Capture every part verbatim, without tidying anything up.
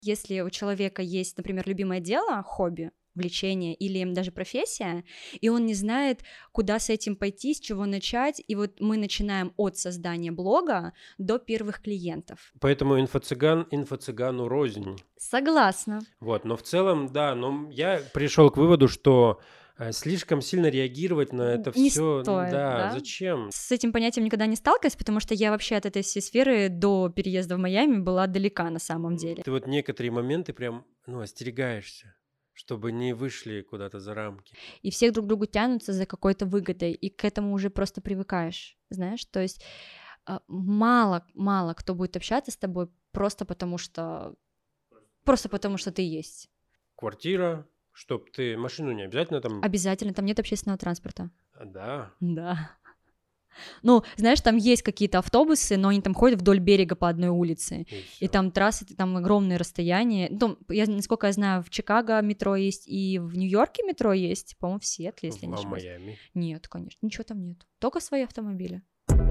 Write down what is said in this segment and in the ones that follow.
Если у человека есть, например, любимое дело, хобби, влечение или даже профессия, и он не знает, куда с этим пойти, с чего начать, и вот мы начинаем от создания блога до первых клиентов. Поэтому инфо-цыган инфо-цыгану рознь. Согласна. Вот, но в целом, да, но я пришел к выводу, что э, слишком сильно реагировать на это Не все, стоит, да, да? зачем? С этим понятием никогда не сталкивалась, потому что я вообще от этой всей сферы до переезда в Майами была далека на самом деле. Ты вот некоторые моменты прям, ну, остерегаешься, чтобы не вышли куда-то за рамки. И все друг к другу тянутся за какой-то выгодой, и к этому уже просто привыкаешь, знаешь, то есть а, мало, мало кто будет общаться с тобой просто потому что, просто потому что ты есть. Квартира, чтоб ты, машину не обязательно там, Обязательно, там нет общественного транспорта. а, да, Да. Ну, знаешь, там есть какие-то автобусы, но они там ходят вдоль берега по одной улице, и и всё. там трассы, там огромные расстояния. Ну, я, насколько я знаю, в Чикаго метро есть, и в Нью-Йорке метро есть, по-моему, в Сиэтле, если я не А в ошибаюсь. Майами. Нет, конечно, ничего там нет, только свои автомобили.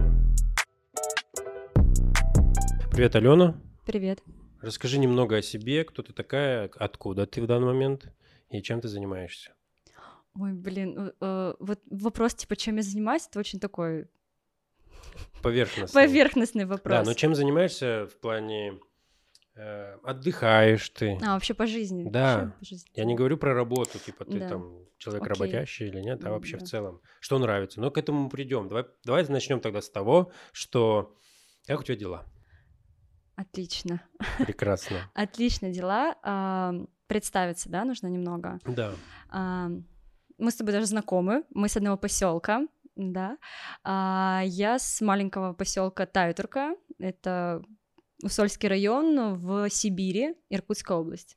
Привет, Алена. Привет. Расскажи немного о себе, кто ты такая, откуда ты в данный момент и чем ты занимаешься. Ой, блин, э, э, вот вопрос, типа, чем я занимаюсь, это очень такой Поверхностный. поверхностный вопрос. Да, но чем занимаешься в плане э, отдыхаешь ты? А, вообще по жизни? Да. Вообще по жизни. Я не говорю про работу, типа ты Да. там человек Окей. работящий или нет, а вообще в Да. целом. Что нравится? Но к этому мы придем. Давай, давай начнем тогда с того, что как у тебя дела? Отлично. Прекрасно. Отлично дела. А, представиться, да, нужно немного. Да. А, мы с тобой даже знакомы, мы с одного поселка, да. А, я с маленького поселка Тайтурка, это Усольский район в Сибири, Иркутская область.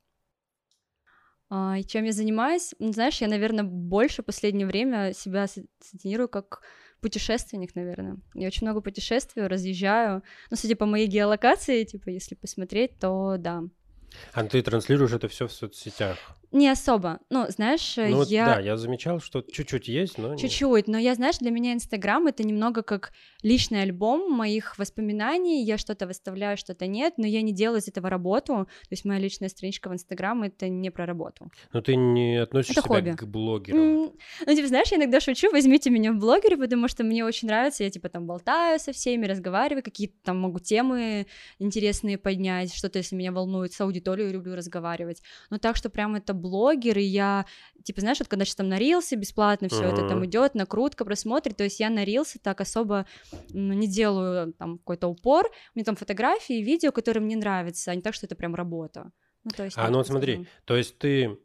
А, и чем я занимаюсь? Ну, знаешь, я, наверное, больше в последнее время себя ас- ассоциирую как путешественник, наверное. Я очень много путешествую, разъезжаю. Ну, судя по моей геолокации, типа, если посмотреть, то да. А ты транслируешь это все в соцсетях? Не особо. Ну, знаешь, Ну вот я... да, я замечал, что чуть-чуть есть, но не- Чуть-чуть, но я, знаешь, для меня Инстаграм — это немного как личный альбом моих воспоминаний, я что-то выставляю, что-то нет, но я не делаю из этого работу, то есть моя личная страничка в Инстаграм — это не про работу. но ты не относишь Это себя хобби. к блогерам. М, Ну, типа, знаешь, я иногда шучу, возьмите меня в блогеры, потому что мне очень нравится, я, типа, там болтаю со всеми, разговариваю, какие-то там могу темы интересные поднять, что-то, если меня волнует, с аудиторией люблю разговаривать, но так, что прям это блогер, и я, типа, знаешь, вот когда сейчас там на Рилсе бесплатно все это там Мгм. идет, накрутка, просмотр, то есть я на Рилсе так особо ну, не делаю там какой-то упор, у меня там фотографии, видео, которые мне нравятся, а не так, что это прям работа. Ну, то есть, А вот ну вот так смотри, скажу. то есть ты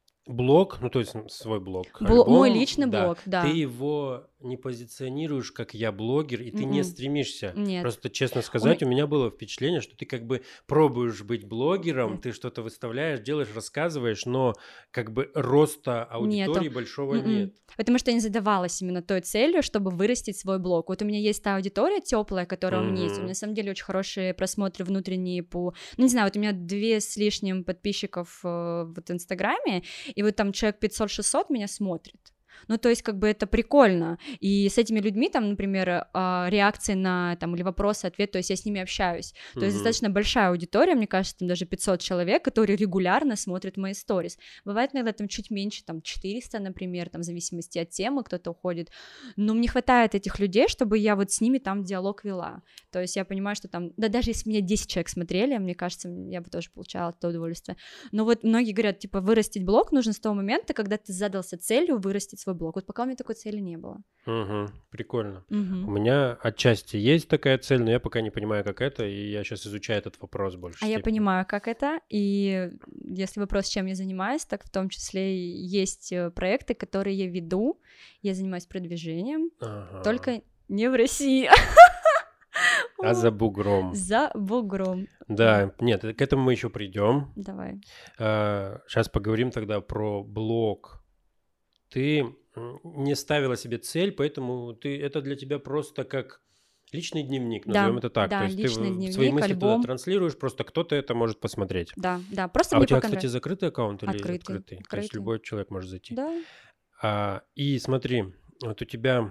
блог, ну то есть м, свой блог, Бл- мой альбом, личный да, блог, да. ты его не позиционируешь как я блогер, и ты не М-м. стремишься. Нет. Просто честно У сказать, ме- у меня было впечатление, что ты как бы пробуешь быть блогером, Нет. ты что-то выставляешь, делаешь, рассказываешь, но как бы роста аудитории Нету. большого М-м. нет. Потому что я не задавалась именно той целью, чтобы вырастить свой блог. Вот у меня есть та аудитория теплая, которая у меня есть. У меня Мгм. на самом деле очень хорошие просмотры внутренние по... Ну, не знаю, вот у меня две с лишним подписчиков э, вот в Инстаграме, и вот там человек пятьсот-шестьсот меня смотрит. Ну, то есть, как бы это прикольно. И с этими людьми, там, например, а, реакции на, там, или вопросы, ответ, то есть я с ними общаюсь. То есть Мгм. достаточно большая аудитория, мне кажется, там даже пятьсот человек, которые регулярно смотрят мои сторис. Бывает иногда там чуть меньше, там, четыреста, например, там, в зависимости от темы, кто-то уходит. Но мне хватает этих людей, чтобы я вот с ними там диалог вела. То есть я понимаю, что там, да даже если меня десять человек смотрели, мне кажется, я бы тоже получала это удовольствие. Но вот многие говорят, типа, вырастить блог нужно с того момента, когда ты задался целью вырастить свой блог. Вот пока у меня такой цели не было. Мгм. Прикольно. У Мгм. меня отчасти есть такая цель, но я пока не понимаю, как это, и я сейчас изучаю этот вопрос в большей А я степени. понимаю, как это, и если вопрос, чем я занимаюсь, так в том числе и есть э, проекты, которые я веду, я занимаюсь продвижением, Ага. только не в России, А за бугром. за бугром. Да, нет, э, к этому мы еще придем. Давай. Сейчас поговорим тогда про блог. Ты м, не ставила себе цель, поэтому ты, это для тебя просто как личный дневник, назовем Да, это так. То да, есть ты личный в- свои дневник, мысли туда альбом, транслируешь, просто кто-то это может посмотреть. да, да, просто А у мне тебя, пока кстати, нравится. закрытый аккаунт или Открытый, открытый? То есть открытый, любой человек может зайти. да. А, и смотри, вот у тебя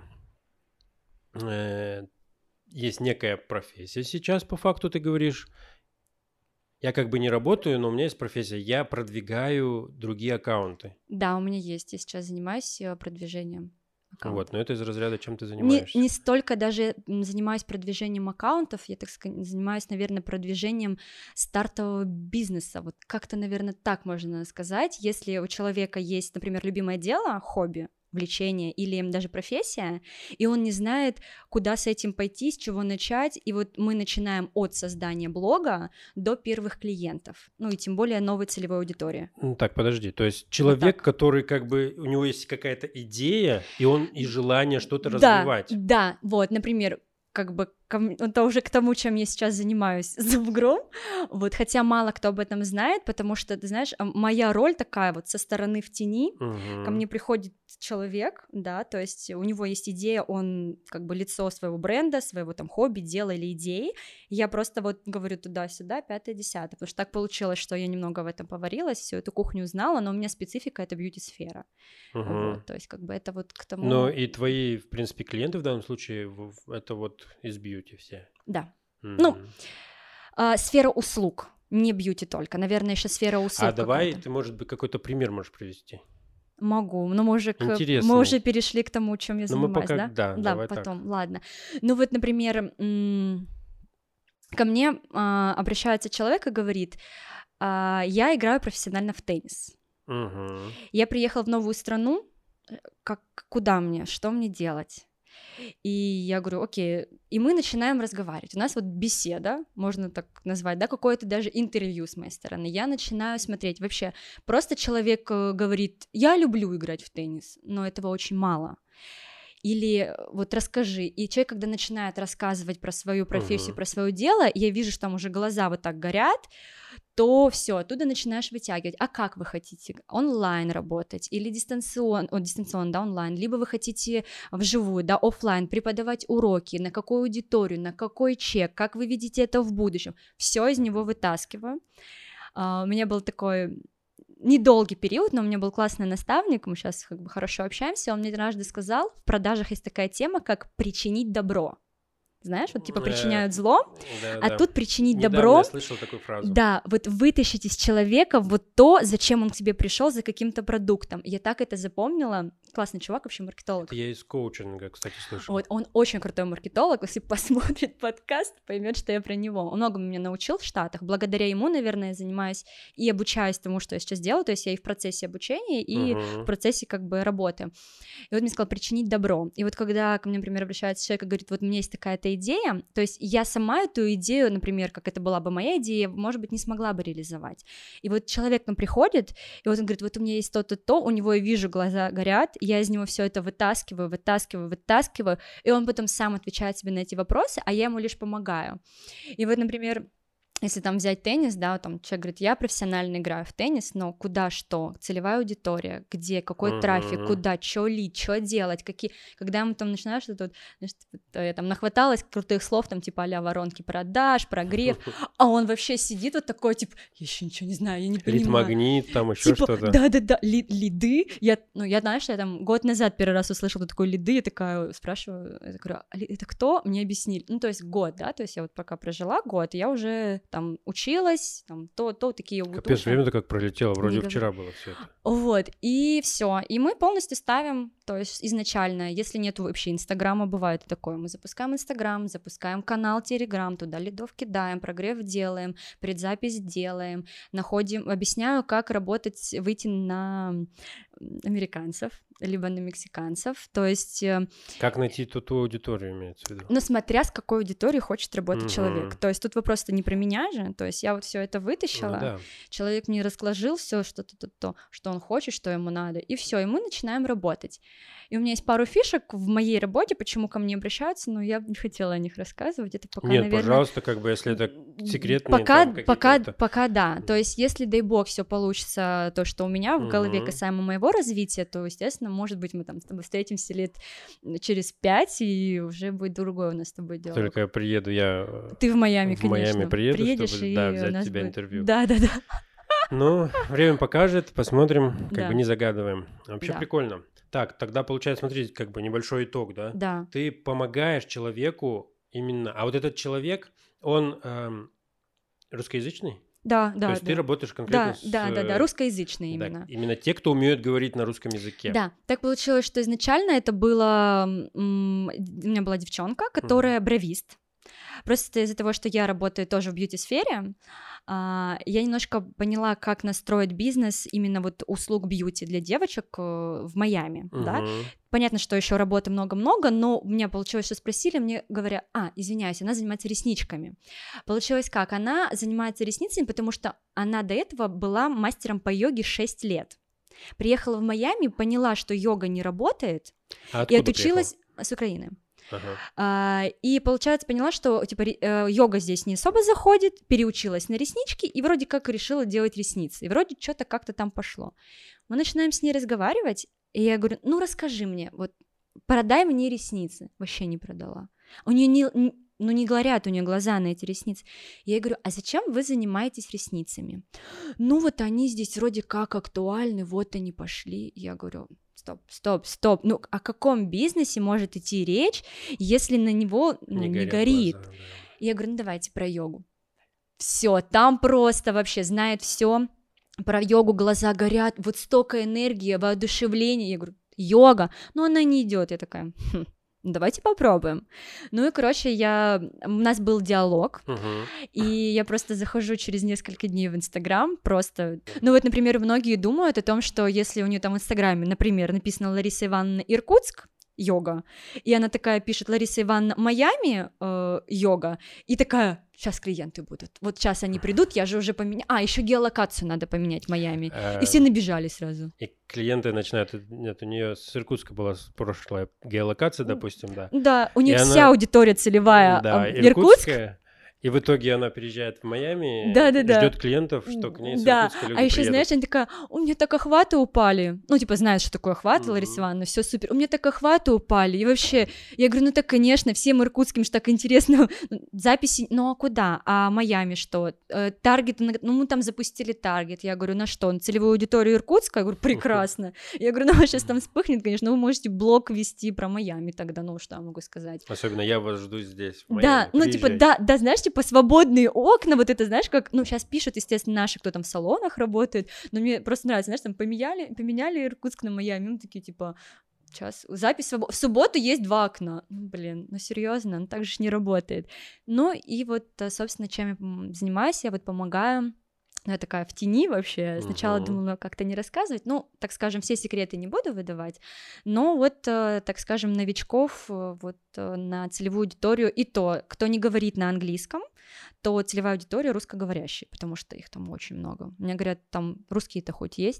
э, есть некая профессия сейчас, по факту ты говоришь. я как бы не работаю, но у меня есть профессия, я продвигаю другие аккаунты. Да, у меня есть, я сейчас занимаюсь э, продвижением аккаунтов. Вот, но это из разряда, чем ты Не, занимаешься. не столько даже м, занимаюсь продвижением аккаунтов, я так сказать, занимаюсь, наверное, продвижением стартового бизнеса. Вот как-то, наверное, так можно сказать. Если у человека есть, например, любимое дело, хобби, влечение или даже профессия, и он не знает, куда с этим пойти, с чего начать, и вот мы начинаем от создания блога до первых клиентов, ну и тем более новой целевой аудитории. Ну, так, подожди, то есть человек, так. который как бы, у него есть какая-то идея, и он и желание что-то Да, развивать. да, вот, например, как бы ко м- это уже к тому, чем я сейчас занимаюсь за бугром, вот, хотя мало кто об этом знает, потому что, ты знаешь, а, моя роль такая вот со стороны в тени, ко Мгм. мне приходит человек, да, то есть у него есть идея, он как бы лицо своего бренда, своего там хобби, дела или идеи, и я просто вот говорю туда-сюда, пятое, десятое, потому что так получилось, что я немного в этом поварилась, всю эту кухню узнала, но у меня специфика — это бьюти-сфера, Мгм. вот, то есть как бы это вот к тому... Но и твои, в принципе, клиенты в данном случае, в- в- это вот из бьюти все. Да. Ну, Мгм. а, сфера услуг, не бьюти только, наверное, еще сфера услуг А давай какая-то. ты, может быть, какой-то пример можешь привести. Могу, но мы уже, к- мы Интересный. уже перешли к тому, чем я Ну, мы занимаюсь, пока, да? да, Да, давай так. потом, ладно. Ну вот, например, м, ко мне а, обращается человек и говорит, а, я играю профессионально в теннис. Мгм. Я приехала в новую страну, э, как, куда мне, что мне делать? И я говорю, окей, и мы начинаем разговаривать. У нас вот беседа, можно так назвать, да, какое-то даже интервью с моей стороны. Я начинаю смотреть вообще, просто человек э, говорит, я люблю играть в теннис, но этого очень мало. Или э, вот расскажи, и человек, когда начинает рассказывать про свою профессию, Мгм. про свое дело, я вижу, что там уже глаза вот так горят, то все, оттуда начинаешь вытягивать. А как вы хотите? Онлайн работать или дистанцион, о, дистанционно, да, онлайн, либо вы хотите вживую, да, офлайн, преподавать уроки, на какую аудиторию, на какой чек, как вы видите это в будущем. Все из него вытаскиваю. А, у меня был такой недолгий период, но у меня был классный наставник, мы сейчас как бы хорошо общаемся, он мне однажды сказал, в продажах есть такая тема, как причинить добро. Знаешь, вот типа Э, причиняют зло, Да, а да. тут причинить Недавно добро. я слышал такую фразу. Да, вот вытащить из человека вот то, зачем он к тебе пришел за каким-то продуктом. Я так это запомнила. Классный чувак, вообще маркетолог. Это я из коучинга, кстати, слышал. Вот, он очень крутой маркетолог, если посмотрит подкаст, поймет, что я про него. Он много меня научил в Штатах, благодаря ему, наверное, я занимаюсь и обучаюсь тому, что я сейчас делаю, то есть я и в процессе обучения, и Мгм. в процессе как бы работы. И вот мне сказал причинить добро. И вот когда ко мне, например, обращается человек и говорит, вот у меня есть такая-то идея, то есть я сама эту идею, например, как это была бы моя идея, может быть, не смогла бы реализовать. И вот человек к нам приходит, и вот он говорит, вот у меня есть то-то, то, у него я вижу, глаза горят, я из него все это вытаскиваю, вытаскиваю, вытаскиваю, и он потом сам отвечает себе на эти вопросы, а я ему лишь помогаю. И вот, например, если там взять теннис, да, там человек говорит, я профессионально играю в теннис, но куда что, целевая аудитория, где, какой Мгм. трафик, куда, что лить, что делать, какие, когда ему там начинаешь что-то, вот, знаешь, то я там нахваталась крутых слов, там типа а-ля воронки продаж, прогрев, а он вообще сидит вот такой, типа, я еще ничего не знаю, я не понимаю. Лид-магнит, там еще Типа, что-то. да-да-да, ли- лиды, я, ну, я, знаешь, я там год назад первый раз услышала такой лиды, я такая спрашиваю, я говорю, а ли- это кто? Мне объяснили, ну, то есть год, да, то есть я вот пока прожила год, я уже там училась, там, то, то, такие вот Капец, уши. время-то как пролетело, вроде говори. вчера было все это. Вот, и все, и мы полностью ставим, то есть изначально, если нету вообще Инстаграма, бывает такое, мы запускаем Инстаграм, запускаем канал Телеграм, туда лидов кидаем, прогрев делаем, предзапись делаем, находим, объясняю, как работать, выйти на американцев, либо на мексиканцев, то есть... э, Как найти ту, ту аудиторию, имеется в виду? Ну, смотря с какой аудиторией хочет работать Мгм. человек. То есть тут вопрос-то не про меня же, то есть я вот все это вытащила, Ну да. человек мне разложил все, что, то, то, то, что он хочет, что ему надо, и все, и мы начинаем работать. И у меня есть пару фишек в моей работе, почему ко мне обращаются, но я бы не хотела о них рассказывать, это пока, Нет, наверное... пожалуйста, как бы, если это секретные Пока, там какие-то пока, это- пока да. То есть, если, дай бог, все получится, то, что у меня в голове Мгм. касаемо моего развития, то, естественно, может быть, мы там с тобой встретимся лет через пять, и уже будет другое у нас с тобой дело. Только я приеду, я э, Ты в Майами, в конечно. Майами приеду, Приедешь, чтобы, и да, у взять нас тебя будет- интервью. Да, да, да. Ну, время покажет, посмотрим, как Да. бы не загадываем. Вообще Да. прикольно. Так, тогда получается, смотрите, как бы небольшой итог, да? Да. Ты помогаешь человеку именно, а вот этот человек, он эм, русскоязычный? Да, да, То есть да. ты работаешь конкретно Да, с... да, да, да, русскоязычные да, именно. именно те, кто умеют говорить на русском языке. Да, так получилось, что изначально это было... м, У меня была девчонка, которая бровист. Просто из-за того, что я работаю тоже в бьюти-сфере, а, я немножко поняла, как настроить бизнес именно вот услуг бьюти для девочек э, в Майами, Мгм. да. Понятно, что еще работы много-много, но у меня получилось, что спросили, мне говорят, а, извиняюсь, она занимается ресничками. Получилось как? Она занимается ресницами, потому что она до этого была мастером по йоге шесть лет. Приехала в Майами, поняла, что йога не работает, А и откуда отучилась приехал? с Украины. Ага. А, и, получается, поняла, что, типа, ре- э, йога здесь не особо заходит, переучилась на реснички и вроде как решила делать ресницы. И вроде что-то как-то там пошло. Мы начинаем с ней разговаривать, и я говорю, ну, расскажи мне, вот, продай мне ресницы. Вообще не продала. У нее не, н- ну, не горят у нее глаза на эти ресницы. Я ей говорю, а зачем вы занимаетесь ресницами? Ну, вот они здесь вроде как актуальны, вот они пошли. Я говорю, стоп, стоп, стоп, ну, о каком бизнесе может идти речь, если на него ну, Не не, горят горит? глаза, да. Я говорю, ну, давайте про йогу. Все, там просто вообще знает все про йогу, глаза горят, вот столько энергии, воодушевления. Я говорю, йога, но она не идет. Я такая, «Хм, давайте попробуем. Ну и, короче, я... у нас был диалог, Мгм. и я просто захожу через несколько дней в Инстаграм, просто... Ну вот, например, многие думают о том, что если у нее там в Инстаграме, например, написано Лариса Ивановна Иркутск, йога, и она такая пишет Лариса Ивановна Майами, э, йога, и такая, сейчас клиенты будут, вот сейчас они придут, я же уже поменяла... А, еще геолокацию надо поменять в Майами. И все Эм, набежали сразу. И клиенты начинают... Нет, у нее с Иркутска была с- прошлая геолокация, допустим, да. Да, у И нее она- вся аудитория целевая, Да, а, Иркутск. иркутская. И в итоге она приезжает в Майами, Да-да-да. ждет клиентов, что к ней с Да, Иркутска люди а еще, приедут. знаешь, она такая, у меня так охваты упали. Ну, типа, знаешь, что такое охват, Мгм. Лариса Ивановна, все супер. У меня так охваты упали. И вообще, я говорю, ну так, конечно, всем иркутским же так интересно. Записи, ну а куда? А Майами что? Э, Таргет, на- ну мы там запустили таргет. Я говорю, на что? На целевую аудиторию Иркутска? Я говорю, прекрасно. Я говорю, ну сейчас там вспыхнет, конечно, вы можете блог вести про Майами тогда, ну что я могу сказать. Особенно я вас жду здесь, в Да, Майами. ну типа, Приезжайте. да, да, знаешь, типа свободные окна, вот это, знаешь, как, ну, сейчас пишут, естественно, наши, кто там в салонах работает, но мне просто нравится, знаешь, там поменяли, поменяли Иркутск на Майами, ну, такие, типа, сейчас, запись свобо- в субботу есть два окна, ну, блин, ну, серьезно, ну, так же ж не работает. Ну, и вот, э, собственно, чем я м, занимаюсь, я вот помогаю. Ну, я такая в тени вообще. Сначала Мгм. думала как-то не рассказывать. Ну, так скажем, все секреты не буду выдавать. Но вот, э, так скажем, новичков э, вот э, на целевую аудиторию, и то, кто не говорит на английском, то целевая аудитория русскоговорящие, потому что их там очень много. Мне говорят, там русские-то хоть есть.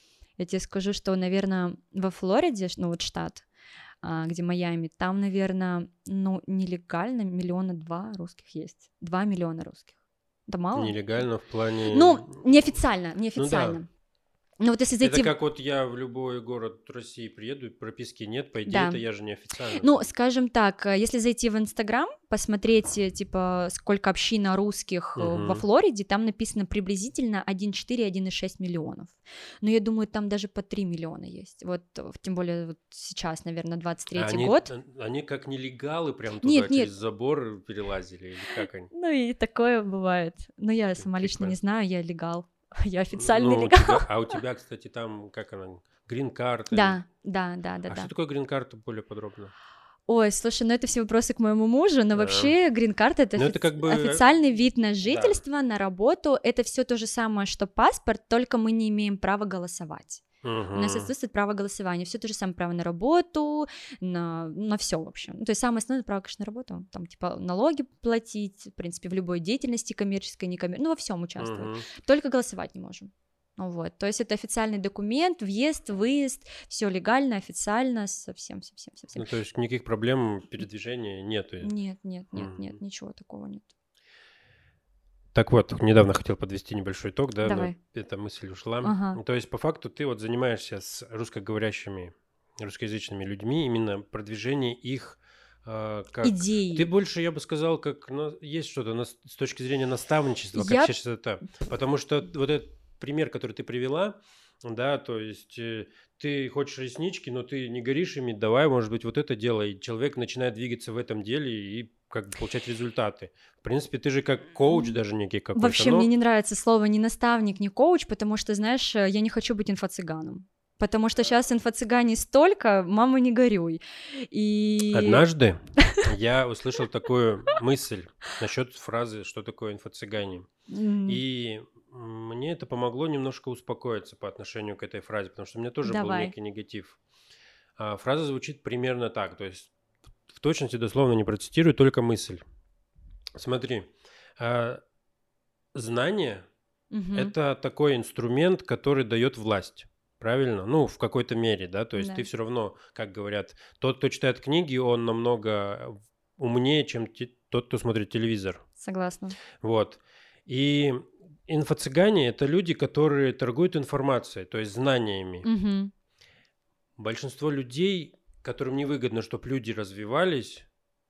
Я тебе скажу, что, наверное, во Флориде, ну вот штат, а, где Майами, там, наверное, ну, нелегально миллиона два русских есть. Два миллиона русских. Это мало? Нелегально в плане... Ну, неофициально, Ну неофициально. да. Ну вот если зайти... Это в- как вот я в любой город России приеду, прописки нет, по идее, Да. это я же неофициально. Ну, скажем так, э, если зайти в Инстаграм, посмотреть, э, типа, сколько община русских э, во Мгм. Флориде, там написано приблизительно один и четыре - один и шесть миллионов. Но я думаю, там даже по три миллиона есть. Вот, э, тем более, вот сейчас, наверное, двадцать А третий они, год. э, они как нелегалы прям туда Нет, нет. через забор перелазили, или как они? Ну и такое бывает. Но я сама лично не Прикольно. знаю, я легал. Я официальный Ну, у легал. тебя, а у тебя, кстати, там, как она, грин-карта? Да, да, да, да, А да. что такое грин-карта более подробно? Ой, слушай, ну это все вопросы к моему мужу, но А. вообще грин-карта — это, Ну, офи- это как бы, э, официальный вид на жительство, на работу. Это все то же самое, что паспорт, только мы не имеем права голосовать. У нас Мгм. отсутствует право голосования. Все то же самое право на работу, на, на все, в общем. Ну, то есть самое основное право, конечно, на работу. Там, типа, налоги платить, в принципе, в любой деятельности коммерческой, некоммерческой, ну, во всем участвовать. Мгм. Только голосовать не можем. Ну вот, то есть это официальный документ, въезд, выезд, все легально, официально, совсем, совсем, совсем. Ну, то есть никаких проблем передвижения нету. Нет, нет, нет, нет, Мгм. ничего такого нет. Так вот, недавно хотел подвести небольшой итог, да, Давай. но эта мысль ушла. Ага. Ну, то есть, по факту, ты вот занимаешься с русскоговорящими, русскоязычными людьми, именно продвижение их а, как... Идеи. Ты больше, я бы сказал, как на- есть что-то на- с точки зрения наставничества, как Я- сейчас это. Потому что вот этот пример, который ты привела, да, то есть э, ты хочешь реснички, но ты не горишь ими, давай, может быть, вот это делай. И человек начинает двигаться в этом деле и как бы получать результаты. В принципе, ты же как коуч даже некий какой-то. Вообще но... мне не нравится слово ни наставник, ни коуч, потому что, знаешь, я не хочу быть инфо-цыганом. Потому что сейчас инфо-цыганей столько, мама, не горюй. И... Однажды я услышал такую мысль насчет фразы, что такое инфо-цыгане. Mm. И мне это помогло немножко успокоиться по отношению к этой фразе, потому что у меня тоже Давай. был некий негатив. А фраза звучит примерно так, то есть в точности дословно не процитирую, только мысль. Смотри, знание mm-hmm. – это такой инструмент, который дает власть. Правильно? Ну, в какой-то мере, да, то есть да. ты все равно, как говорят, тот, кто читает книги, он намного умнее, чем те, тот, кто смотрит телевизор. Согласна. Вот. И инфо-цыгане – это люди, которые торгуют информацией, то есть знаниями. Угу. Большинство людей, которым невыгодно, чтобы люди развивались,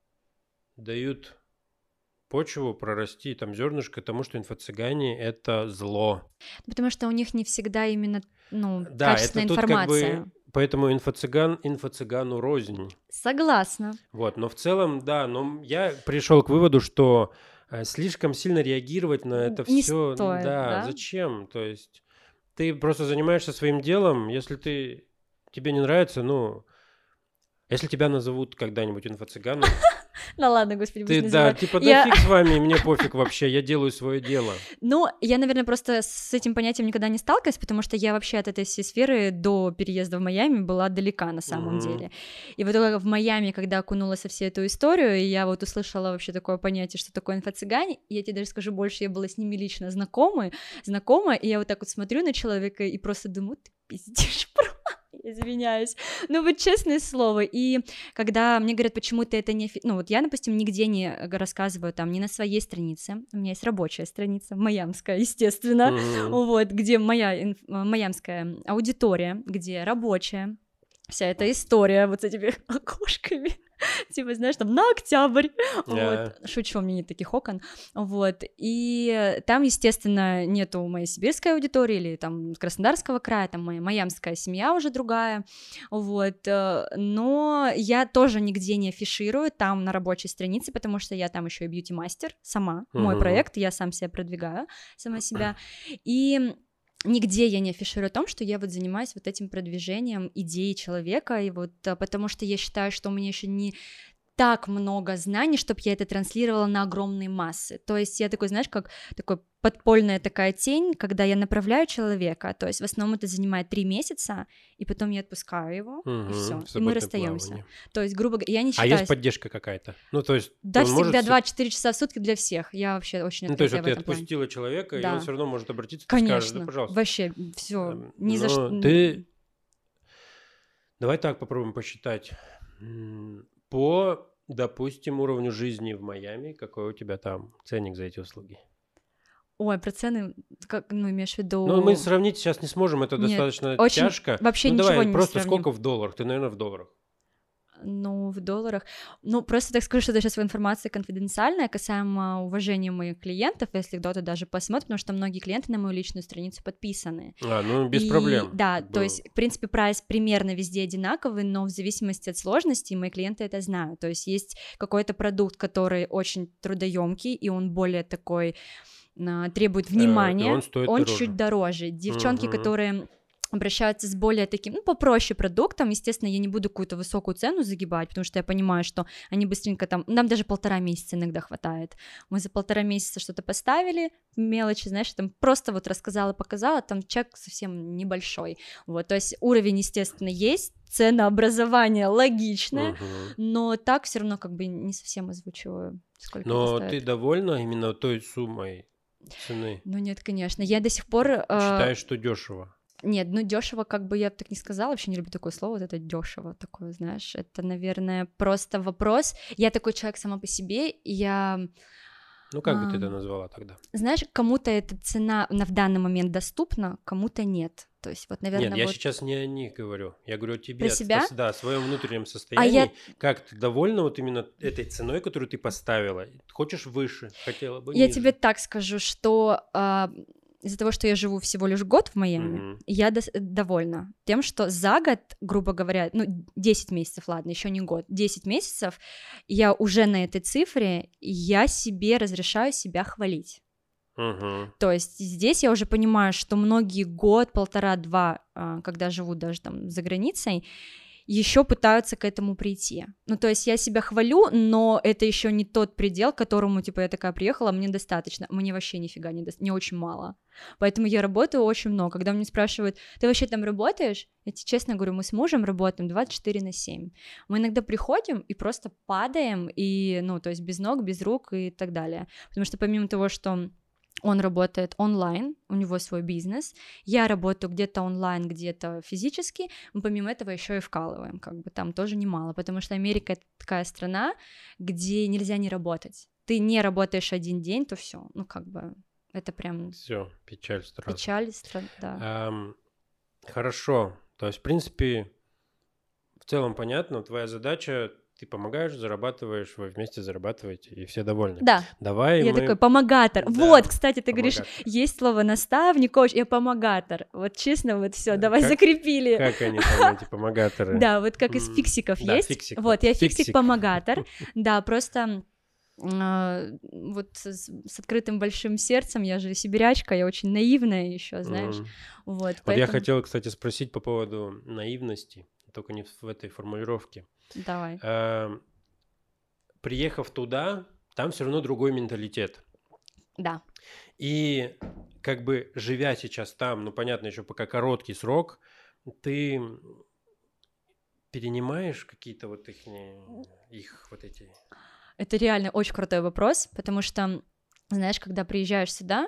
дают почву прорасти, там зернышко тому, что инфо-цыгане – это зло. Потому что у них не всегда именно ну, да, качественная это информация. Как бы, поэтому инфо-цыган инфо-цыгану рознь. Согласна. Вот, но в целом, да, но я пришел к выводу, что э, слишком сильно реагировать на это не все, стоит, да, да, зачем? То есть ты просто занимаешься своим делом, если ты тебе не нравится, ну, если тебя назовут когда-нибудь инфо-цыганом. Ну ладно, господи, ты, пусть да, называют. типа, да я... фиг с вами, мне пофиг вообще, я делаю свое дело. Ну, я, наверное, просто с этим понятием никогда не сталкивалась, потому что я вообще от этой всей сферы до переезда в Майами была далека на самом mm-hmm. деле. И вот только в Майами, когда окунулась во всю эту историю, и я вот услышала вообще такое понятие, что такое инфо-цыгане, и я тебе даже скажу больше, я была с ними лично знакома, знакома, и я вот так вот смотрю на человека и просто думаю, ты пиздишь, просто. Извиняюсь, ну вот честное слово, и когда мне говорят, почему ты это не... Ну вот я, допустим, нигде не рассказываю там, ни на своей странице, у меня есть рабочая страница, майамская, естественно, mm-hmm. вот, где моя инф... майамская аудитория, где рабочая, вся эта история вот с этими окошками, типа, знаешь, там, на октябрь, yeah. вот, шучу, у меня нет таких окон, вот, и там, естественно, нету моей сибирской аудитории или там Краснодарского края, там моя майамская семья уже другая, вот, но я тоже нигде не афиширую там на рабочей странице, потому что я там еще и бьюти-мастер сама, uh-huh. мой проект, я сам себя продвигаю, сама себя, и... Нигде я не афиширую о том, что я вот занимаюсь вот этим продвижением идеи человека, и вот потому что я считаю, что у меня еще не так много знаний, чтобы я это транслировала на огромные массы. То есть я такой, знаешь, как такой подпольная такая тень, когда я направляю человека, то есть в основном это занимает три месяца, и потом я отпускаю его, угу, и все, и мы расстаемся. Плавание. То есть, грубо говоря, я не считаю... А есть поддержка какая-то? Ну, то есть... Да, всегда может... двадцать четыре часа в сутки для всех, я вообще очень открытая. Ну, то есть вот ты плане. отпустила человека, да. и он все равно может обратиться, конечно, ты скажешь, да, пожалуйста. Вообще, все, ни Но за что... ты... Давай так попробуем посчитать. По... Допустим, уровню жизни в Майами, какой у тебя там ценник за эти услуги? Ой, про цены, как, ну, имеешь в виду... Ну, мы сравнить сейчас не сможем, это Нет, достаточно очень... тяжко. Вообще ну, ничего давай, не просто сравним. Сколько в долларах? Ты, наверное, в долларах. Ну, в долларах. Ну, просто так скажу, что это сейчас информация конфиденциальная, касаемо уважения моих клиентов, если кто-то даже посмотрит, потому что многие клиенты на мою личную страницу подписаны. А, ну, без и, проблем. Да, Был. То есть, в принципе, прайс примерно везде одинаковый, но в зависимости от сложности мои клиенты это знают. То есть, есть какой-то продукт, который очень трудоемкий, и он более такой, требует внимания, э, он, стоит он дороже. чуть дороже. Девчонки, угу. которые... обращаются с более таким, ну, попроще продуктом, естественно, я не буду какую-то высокую цену загибать, потому что я понимаю, что они быстренько там, нам даже полтора месяца иногда хватает, мы за полтора месяца что-то поставили, мелочи, знаешь, там просто вот рассказала, показала, там чек совсем небольшой, вот, то есть уровень, естественно, есть, ценообразование логичное, угу. но так все равно как бы не совсем озвучиваю, сколько но это стоит. Ты довольна именно той суммой цены? Ну нет, конечно, я до сих пор... Считаешь, э... что дешево? Нет, ну дешево, как бы я бы так не сказала, вообще не люблю такое слово, вот это дешево такое, знаешь, это, наверное, просто вопрос. Я такой человек сама по себе, и я... Ну, как а, бы ты это назвала тогда? Знаешь, кому-то эта цена на, в данный момент доступна, кому-то нет. То есть, вот, наверное, Нет, я вот... сейчас не о них говорю, я говорю о тебе. Про себя? Да, о своем внутреннем состоянии. А я... Как ты довольна вот именно этой ценой, которую ты поставила? Хочешь выше, хотела бы Я ниже? тебе так скажу, что... А... из-за того, что я живу всего лишь год в Майами, mm-hmm. я до- довольна тем, что за год, грубо говоря, ну, десять месяцев, ладно, еще не год, десять месяцев, я уже на этой цифре, я себе разрешаю себя хвалить. Uh-huh. То есть здесь я уже понимаю, что многие год, полтора-два, когда живут даже там за границей, еще пытаются к этому прийти. Ну, то есть я себя хвалю, но это еще не тот предел, к которому, типа, я такая приехала, мне достаточно, мне вообще нифига не, до... не очень мало. Поэтому я работаю очень много. Когда меня спрашивают, ты вообще там работаешь? Я тебе честно говорю, мы с мужем работаем двадцать четыре на семь. Мы иногда приходим и просто падаем, и, ну, то есть без ног, без рук и так далее. Потому что помимо того, что он работает онлайн, у него свой бизнес, я работаю где-то онлайн, где-то физически, мы помимо этого еще и вкалываем, как бы там тоже немало, потому что Америка — это такая страна, где нельзя не работать. Ты не работаешь один день, то все, ну как бы это прям... Все, печаль страшная. Печаль, стра... да. Um, хорошо, то есть в принципе в целом понятно, твоя задача... Ты помогаешь, зарабатываешь, вы вместе зарабатываете, и все довольны. Да. Давай я мы... такой помогатор. Да. Вот, кстати, ты помогатор. Говоришь, есть слово наставник, коуч, я помогатор. Вот честно, вот все, давай как, закрепили. Как они там, эти помогаторы? Да, вот как из фиксиков есть. Вот, я фиксик-помогатор. Да, просто... Uh, вот с, с открытым большим сердцем, я же сибирячка, я очень наивная еще, знаешь. Mm. Вот, вот поэтому... я хотел, кстати, спросить по поводу наивности, только не в этой формулировке. Давай. Uh, приехав туда, там все равно другой менталитет. Да. И как бы живя сейчас там, ну понятно, еще пока короткий срок, ты перенимаешь какие-то вот их, их вот эти... Это реально очень крутой вопрос, потому что, знаешь, когда приезжаешь сюда,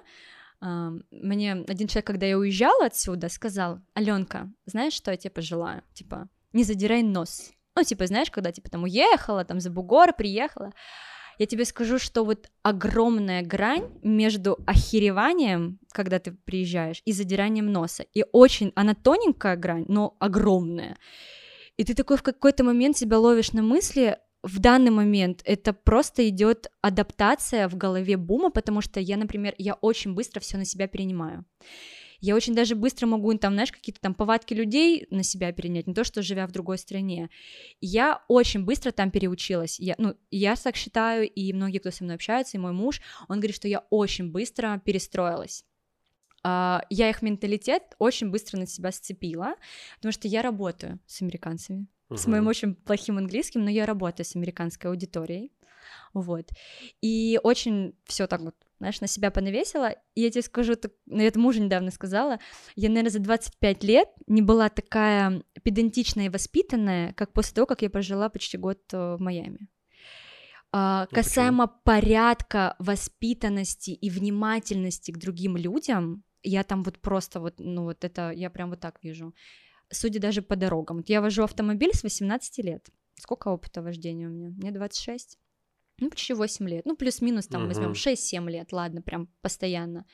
мне один человек, когда я уезжала отсюда, сказал: Аленка, знаешь, что я тебе пожелаю? Типа, не задирай нос. Ну, типа, знаешь, когда типа там уехала, там за бугор приехала, я тебе скажу, что вот огромная грань между охереванием, когда ты приезжаешь, и задиранием носа. И очень, она тоненькая грань, но огромная. И ты такой в какой-то момент себя ловишь на мысли: в данный момент это просто идет адаптация в голове бума, потому что я, например, я очень быстро все на себя перенимаю. Я очень даже быстро могу, там, знаешь, какие-то там повадки людей на себя перенять, не то, что живя в другой стране. Я очень быстро там переучилась. Я, ну, я так считаю, и многие, кто со мной общается, и мой муж, он говорит, что я очень быстро перестроилась. Uh, я их менталитет очень быстро на себя сцепила, потому что я работаю с американцами. Uh-huh. С моим очень плохим английским, но я работаю с американской аудиторией, вот, и очень все так вот, знаешь, на себя понавесила, и я тебе скажу, так, я это мужу недавно сказала, я, наверное, за двадцать пять лет не была такая педантичная и воспитанная, как после того, как я прожила почти год в Майами. Uh, ну, касаемо почему? Порядка, воспитанности и внимательности к другим людям, я там вот просто вот, ну вот это, я прям вот так вижу, судя даже по дорогам. Вот я вожу автомобиль с восемнадцати лет. Сколько опыта вождения у меня? Мне двадцать шесть. Ну, почти восемь лет. Ну, плюс-минус там uh-huh. возьмем шесть-семь лет, ладно, прям постоянно.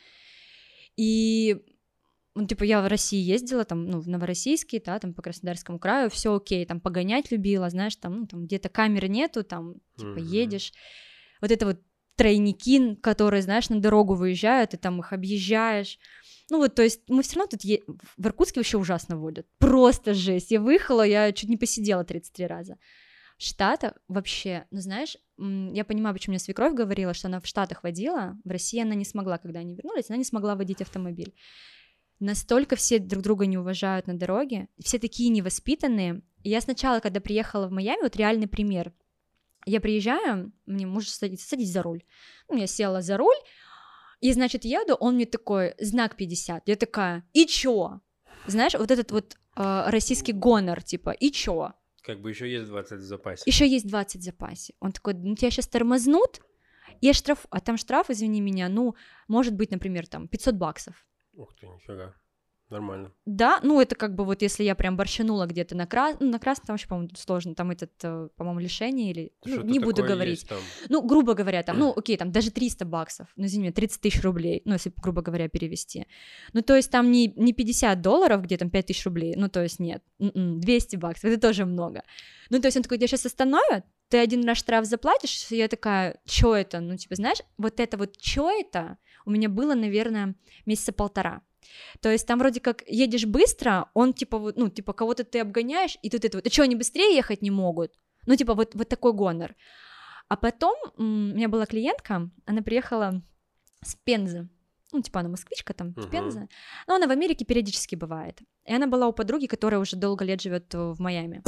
И, ну, типа, я в России ездила, там, ну, в Новороссийске, да, там, по Краснодарскому краю, все окей, там, погонять любила, знаешь, там, ну, там, где-то камеры нету, там, типа, uh-huh. едешь. Вот это вот тройники, которые, знаешь, на дорогу выезжают, и там их объезжаешь. Ну вот, то есть мы все равно тут е... в Иркутске вообще ужасно водят. Просто жесть. Я выехала, я чуть не посидела тридцать три раза. В Штатах вообще, ну знаешь, я понимаю, почему мне свекровь говорила, что она в Штатах водила, в России она не смогла, когда они вернулись, она не смогла водить автомобиль. Настолько все друг друга не уважают на дороге, все такие невоспитанные. И я сначала, когда приехала в Майами, вот реальный пример, я приезжаю, мне муж садится, садись за руль. Ну, я села за руль, и, значит, еду, он мне такой, знак пятьдесят. Я такая, и чё? Знаешь, вот этот вот э, российский гонор, типа, и чё? Как бы еще есть двадцать в запасе. Еще есть двадцать в запасе. Он такой, ну, тебя сейчас тормознут, и штраф, а там штраф, извини меня, ну, может быть, например, там, пятьсот баксов. Ух ты, нифига. Нормально. Да, ну это как бы вот если я прям борщанула где-то на, крас... ну, на красном, там вообще, по-моему, сложно, там этот, по-моему, лишение или... Ну, не буду говорить. Ну, грубо говоря, там, ну, окей, там даже триста баксов, ну, извини меня, тридцать тысяч рублей, ну, если, грубо говоря, перевести. Ну, то есть там не, не пятьдесят долларов, где там пять тысяч рублей, ну, то есть нет, двести баксов, это тоже много. Ну, то есть он такой, тебя сейчас остановят, ты один раз штраф заплатишь, и я такая, чё это? Ну, типа, знаешь, вот это вот чё это у меня было, наверное, месяца полтора. То есть там вроде как едешь быстро, он типа, ну, типа кого-то ты обгоняешь, и тут это вот, а что, они быстрее ехать не могут? Ну, типа вот, вот такой гонор. А потом м- у меня была клиентка, она приехала с Пензы, ну, типа она москвичка там, uh-huh. с Пензы, но она в Америке периодически бывает. И она была у подруги, которая уже долго лет живет в Майами.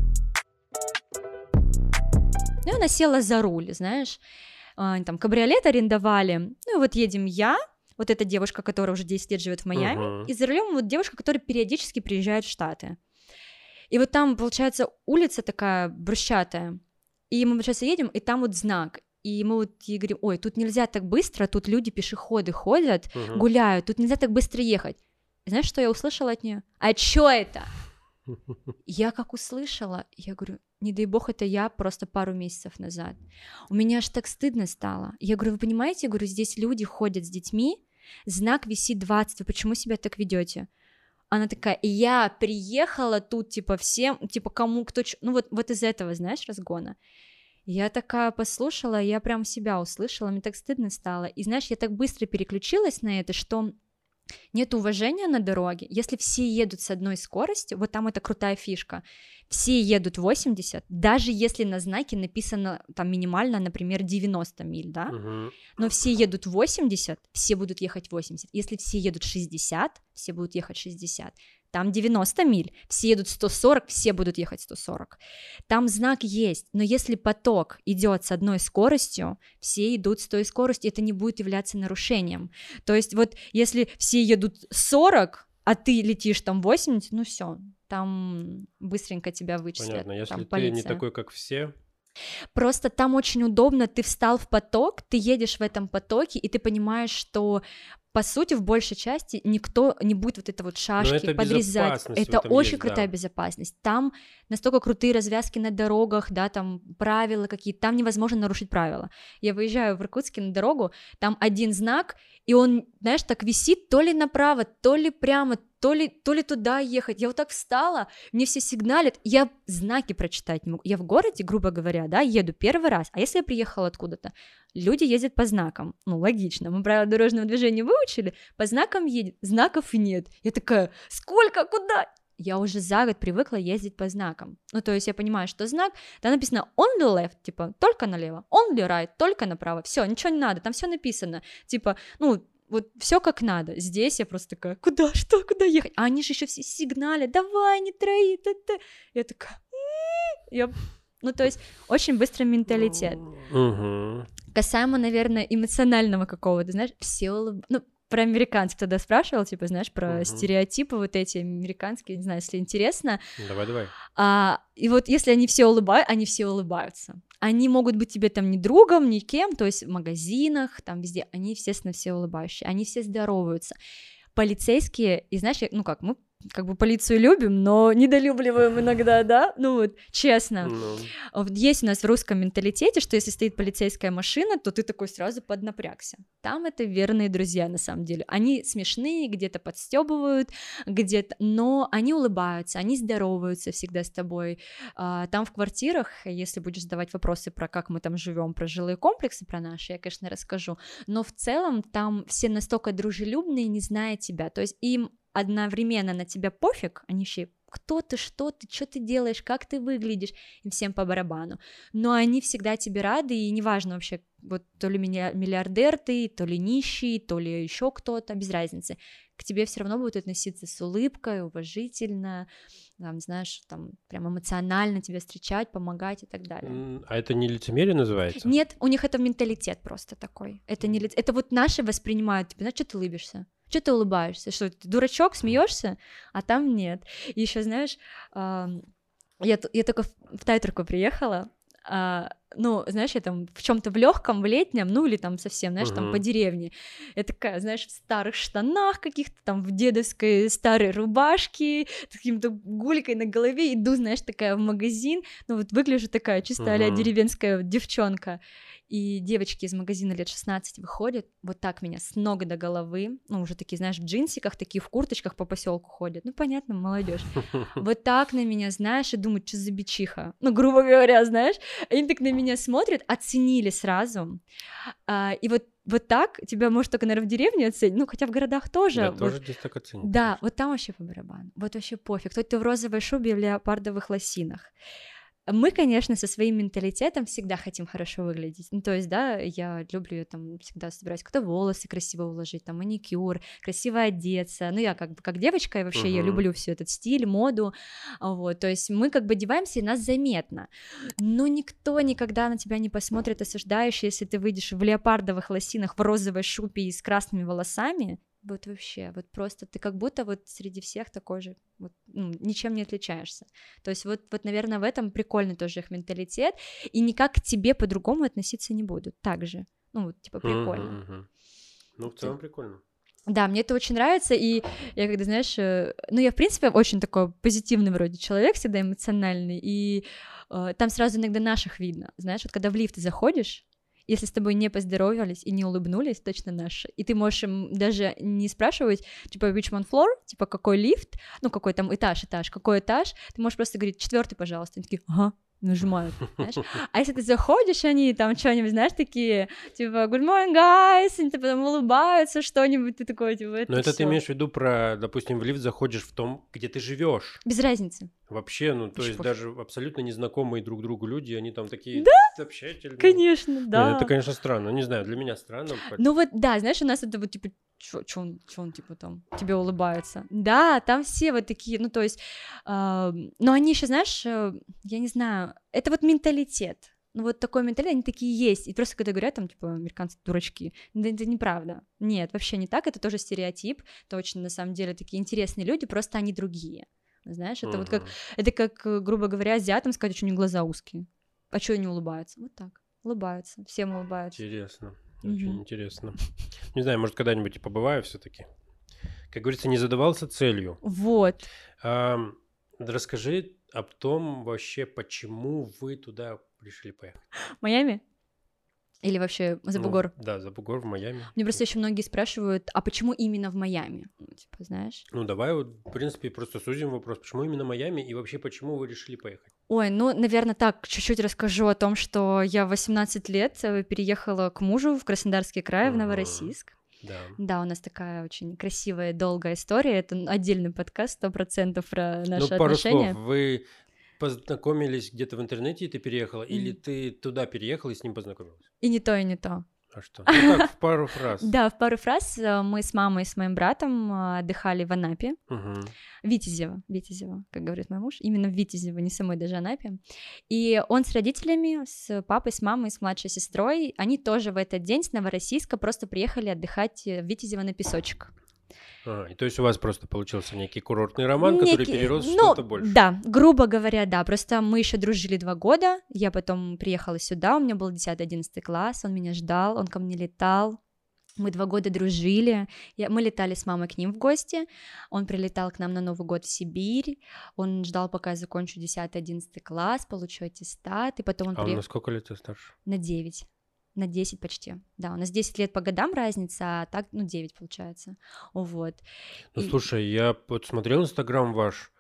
Ну, и она села за руль, знаешь, там кабриолет арендовали, ну, и вот едем я, вот эта девушка, которая уже десять лет живет в Майами, uh-huh. и за рулем вот девушка, которая периодически приезжает в Штаты. И вот там, получается, улица такая брусчатая, и мы, получается, едем, и там вот знак, и мы вот ей говорим, ой, тут нельзя так быстро, тут люди, пешеходы ходят, uh-huh. гуляют, тут нельзя так быстро ехать. И знаешь, что я услышала от нее? А чё это? Я как услышала, я говорю, не дай бог, это я просто пару месяцев назад. У меня аж так стыдно стало. Я говорю, вы понимаете, я говорю, здесь люди ходят с детьми, знак висит двадцать, вы почему себя так ведете? Она такая, я приехала тут, типа, всем, типа, кому, кто, ну, вот, вот из этого, знаешь, разгона. Я такая послушала, я прям себя услышала, мне так стыдно стало. И, знаешь, я так быстро переключилась на это, что нет уважения на дороге. Если все едут с одной скоростью, вот там это крутая фишка, все едут восемьдесят, даже если на знаке написано там минимально, например, девяносто миль, да, uh-huh. но все едут восемьдесят, все будут ехать восемьдесят. Если все едут шестьдесят, все будут ехать шестьдесят. Там девяносто миль, все едут сто сорок, все будут ехать сто сорок. Там знак есть, но если поток идет с одной скоростью, все идут с той скоростью, это не будет являться нарушением. То есть вот если все едут сорок, а ты летишь там восемьдесят, ну все, там быстренько тебя вычислят. Понятно, если там ты полиция. Не такой, как все... Просто там очень удобно, ты встал в поток, ты едешь в этом потоке, и ты понимаешь, что по сути, в большей части никто не будет вот это вот шашки это подрезать. Это очень есть, крутая да. безопасность. Там настолько крутые развязки на дорогах, да, там правила какие-то, там невозможно нарушить правила. Я выезжаю в Иркутске на дорогу, там один знак, и он, знаешь, так висит то ли направо, то ли прямо, то ли, то ли туда ехать. Я вот так встала, мне все сигналят, я знаки прочитать не могу. Я в городе, грубо говоря, да, еду первый раз, а если я приехала откуда-то? Люди ездят по знакам, ну, логично, мы правила дорожного движения выучили, по знакам едет, знаков нет. Я такая, сколько, куда? Я уже за год привыкла ездить по знакам. Ну, то есть я понимаю, что знак, там написано only left, типа, только налево, only right, только направо, все, ничего не надо, там все написано, типа, ну, вот все как надо. Здесь я просто такая, куда, что, куда ехать? А они же еще все сигналят, давай, не трои, т-т. Я такая, я... ну, то есть очень быстрый менталитет. Uh-huh. Касаемо, наверное, эмоционального какого-то, знаешь, все улыб... ну, про американцев тогда спрашивал, типа, знаешь, про uh-huh. стереотипы вот эти американские, не знаю, если интересно. Давай, давай. А, и вот если они все улыбаются, они все улыбаются. Они могут быть тебе там ни другом, ни кем, то есть в магазинах, там везде, они, естественно, все улыбающие, они все здороваются. Полицейские, и знаешь, ну как, мы как бы полицию любим, но недолюбливаем иногда, да, ну вот, честно. No. Есть у нас в русском менталитете, что если стоит полицейская машина, то ты такой сразу поднапрягся. Там это верные друзья, на самом деле. Они смешные, где-то подстебывают, где-то, но они улыбаются, они здороваются всегда с тобой. Там в квартирах, если будешь задавать вопросы про как мы там живем, про жилые комплексы, про наши, я, конечно, расскажу, но в целом там все настолько дружелюбные, не зная тебя, то есть им одновременно на тебя пофиг, они еще кто ты, что ты, что ты делаешь, как ты выглядишь, им всем по барабану, но они всегда тебе рады, и неважно вообще, вот то ли миллиардер ты, то ли нищий, то ли еще кто-то, без разницы, к тебе все равно будут относиться с улыбкой, уважительно, там, знаешь, там, прям эмоционально тебя встречать, помогать и так далее. А это не лицемерие называется? Нет, у них это менталитет просто такой, это не лиц... это вот наши воспринимают, типа, знаешь, что ты улыбишься? Что ты улыбаешься? Что, ты дурачок, смеешься? А там нет. И еще, знаешь, э, я, я только в, в Тайтрку приехала, э, ну, знаешь, я там в чем-то в легком, в летнем, ну, или там совсем, знаешь, uh-huh. там по деревне. Я такая, знаешь, в старых штанах каких-то, там в дедовской старой рубашке, с каким-то гулькой на голове, иду, знаешь, такая в магазин, ну, вот выгляжу такая чисто uh-huh. а-ля деревенская девчонка. И девочки из магазина лет шестнадцать выходят, вот так меня с ног до головы, ну, уже такие, знаешь, в джинсиках, такие в курточках по поселку ходят, ну, понятно, молодежь. Вот так на меня, знаешь, и думают, что за бичиха, ну, грубо говоря, знаешь, они так на меня смотрят, оценили сразу, а, и вот вот так тебя, может, только, наверное, в деревне оценить, ну, хотя в городах тоже. Да, вот, тоже здесь так оценят. Да, конечно. вот там вообще по барабану, вот вообще пофиг, хоть ты в розовой шубе и в леопардовых лосинах. Мы, конечно, со своим менталитетом всегда хотим хорошо выглядеть. Ну, то есть, да, я люблю там всегда собирать как-то волосы красиво уложить, там маникюр, красиво одеться. Ну, я как бы как девочка, и вообще uh-huh. я люблю все этот стиль, моду. Вот, то есть мы как бы одеваемся, и нас заметно. Но никто никогда на тебя не посмотрит осуждающе, если ты выйдешь в леопардовых лосинах, в розовой шубе и с красными волосами. Вот вообще, вот просто ты как будто вот среди всех такой же, вот, ну, ничем не отличаешься. То есть вот, вот, наверное, в этом прикольный тоже их менталитет, и никак к тебе по-другому относиться не будут, так же, ну, вот, типа, прикольно. Uh-huh, uh-huh. Ну, в целом прикольно. Да, мне это очень нравится, и я когда, знаешь, ну, я, в принципе, очень такой позитивный вроде человек, всегда эмоциональный, и э, там сразу иногда наших видно, знаешь, вот когда в лифт заходишь, если с тобой не поздоровались и не улыбнулись, точно наши. И ты можешь им даже не спрашивать, типа, which one floor, типа, какой лифт, ну, какой там этаж, этаж, какой этаж, ты можешь просто говорить, четвертый, пожалуйста. Они такие, ага, нажимают, знаешь. А если ты заходишь, они там что-нибудь, знаешь, такие, типа, good morning, guys, они потом улыбаются, что-нибудь, ты такой, типа, это Но это всё. ты имеешь в виду про, допустим, в лифт заходишь в том, где ты живешь. Без разницы. Вообще, ну, то Очень есть пофиг. даже абсолютно незнакомые друг другу люди, они там такие Да? общительные. Конечно, да. Нет, это, конечно, странно. Не знаю, для меня странно. Ну вот, да, знаешь, у нас это вот, типа, чё, чё он, чё он, типа, там, тебе улыбается. Да, там все вот такие, ну, то есть, э, но они еще, знаешь, э, я не знаю, это вот менталитет. Ну, вот такой менталитет, они такие есть. И просто когда говорят, там, типа, американцы дурачки, да, это неправда. Нет, вообще не так, это тоже стереотип. Это очень, на самом деле, такие интересные люди, просто они другие. Знаешь, это uh-huh. вот как, это как, грубо говоря, азиатам сказать, что у них глаза узкие. А что они улыбаются? Вот так, улыбаются, всем улыбаются. Интересно, Мгм. очень интересно. Не знаю, может, когда-нибудь и побываю все-таки. Как говорится, не задавался целью. Вот. А, расскажи о том вообще, почему вы туда решили поехать. Майами? Или вообще за бугор? Ну, да, за бугор в Майами. Мне просто еще многие спрашивают, а почему именно в Майами? Ну, типа, знаешь? Ну, давай вот, в принципе, просто сузим вопрос. Почему именно Майами и вообще почему вы решили поехать? Ой, ну, наверное, так, чуть-чуть расскажу о том, что я в восемнадцать лет переехала к мужу в Краснодарский край, uh-huh. в Новороссийск. Да. Да, у нас такая очень красивая, долгая история. Это отдельный подкаст, сто процентов про наши ну, пару отношения. Слов. Вы познакомились где-то в интернете, и ты переехала, mm. или Mm. ты туда переехала и с ним познакомилась? И не то, и не то. А что? Ну так, в пару фраз. Да, в пару фраз. Мы с мамой и с моим братом отдыхали в Анапе. Витязево, Витязево, как говорит мой муж. Именно в Витязево, не самой даже Анапе. И он с родителями, с папой, с мамой, с младшей сестрой, они тоже в этот день с Новороссийска просто приехали отдыхать в Витязево на песочек. А, и то есть у вас просто получился некий курортный роман, некий, который перерос в ну, что-то больше. Да, грубо говоря, да. Просто мы еще дружили два года. Я потом приехала сюда, у меня был десятый-одиннадцатый класс, он меня ждал, он ко мне летал. Мы два года дружили. Я, мы летали с мамой к ним в гости. Он прилетал к нам на Новый год в Сибирь. Он ждал, пока я закончу десятый-одиннадцатый класс, получу аттестат. И потом он а приехал... он на сколько лет старше? На девять. На десять почти, да, у нас десять лет по годам разница, а так, ну, девять получается, вот. Ну, и... слушай, я вот смотрел Инстаграм ваш,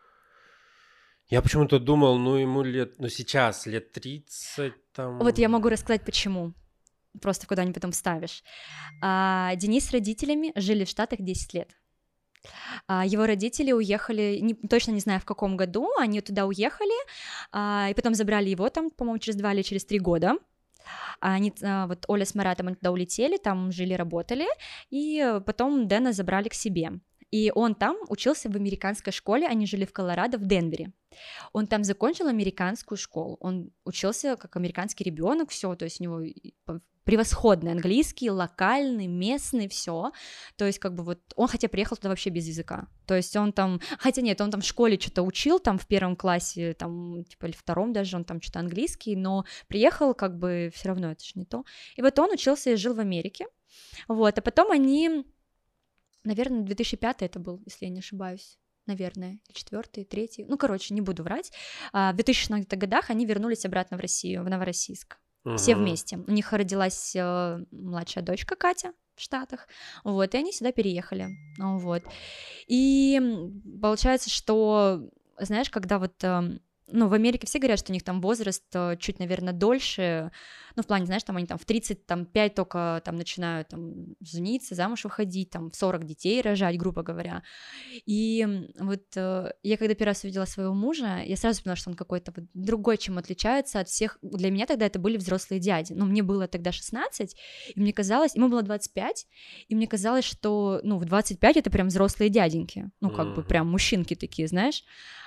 я почему-то думал, ну, ему лет, ну, сейчас лет тридцать там... Вот я могу рассказать, почему, просто куда-нибудь потом вставишь. А, Денис с родителями жили в Штатах десять лет. А, его родители уехали, не, точно не знаю в каком году, они туда уехали, а, и потом забрали его там, по-моему, через два или через три года. Они, вот Оля с Маратом, они туда улетели, там жили, работали, и потом Дэна забрали к себе. И он там учился в американской школе, они жили в Колорадо, в Денвере. Он там закончил американскую школу, он учился как американский ребенок, все, то есть у него превосходный английский, локальный, местный, все. То есть как бы вот он хотя приехал туда вообще без языка. То есть он там, хотя нет, он там в школе что-то учил, там в первом классе, там типа или втором даже, он там что-то английский, но приехал как бы все равно это же не то. И вот он учился и жил в Америке, вот, а потом они, наверное, две тысячи пятый это был, если я не ошибаюсь. Наверное, четвертый, третий, ну, короче, не буду врать. В две тысячи шестнадцатых годах они вернулись обратно в Россию, в Новороссийск. Uh-huh. Все вместе. У них родилась э, младшая дочка Катя в Штатах, вот, и они сюда переехали, вот. И получается, что, знаешь, когда вот э, ну, в Америке все говорят, что у них там возраст чуть, наверное, дольше, ну, в плане, знаешь, там они там в тридцать пять только там начинают там жениться, замуж выходить, там в сорок детей рожать, грубо говоря. И вот я когда первый раз увидела своего мужа, я сразу поняла, что он какой-то вот другой, чем отличается от всех. Для меня тогда это были взрослые дяди, ну, мне было тогда шестнадцать, и мне казалось, ему было двадцать пять, и мне казалось, что, ну, в двадцать пять это прям взрослые дяденьки, ну, как mm-hmm. бы прям мужчинки такие, знаешь.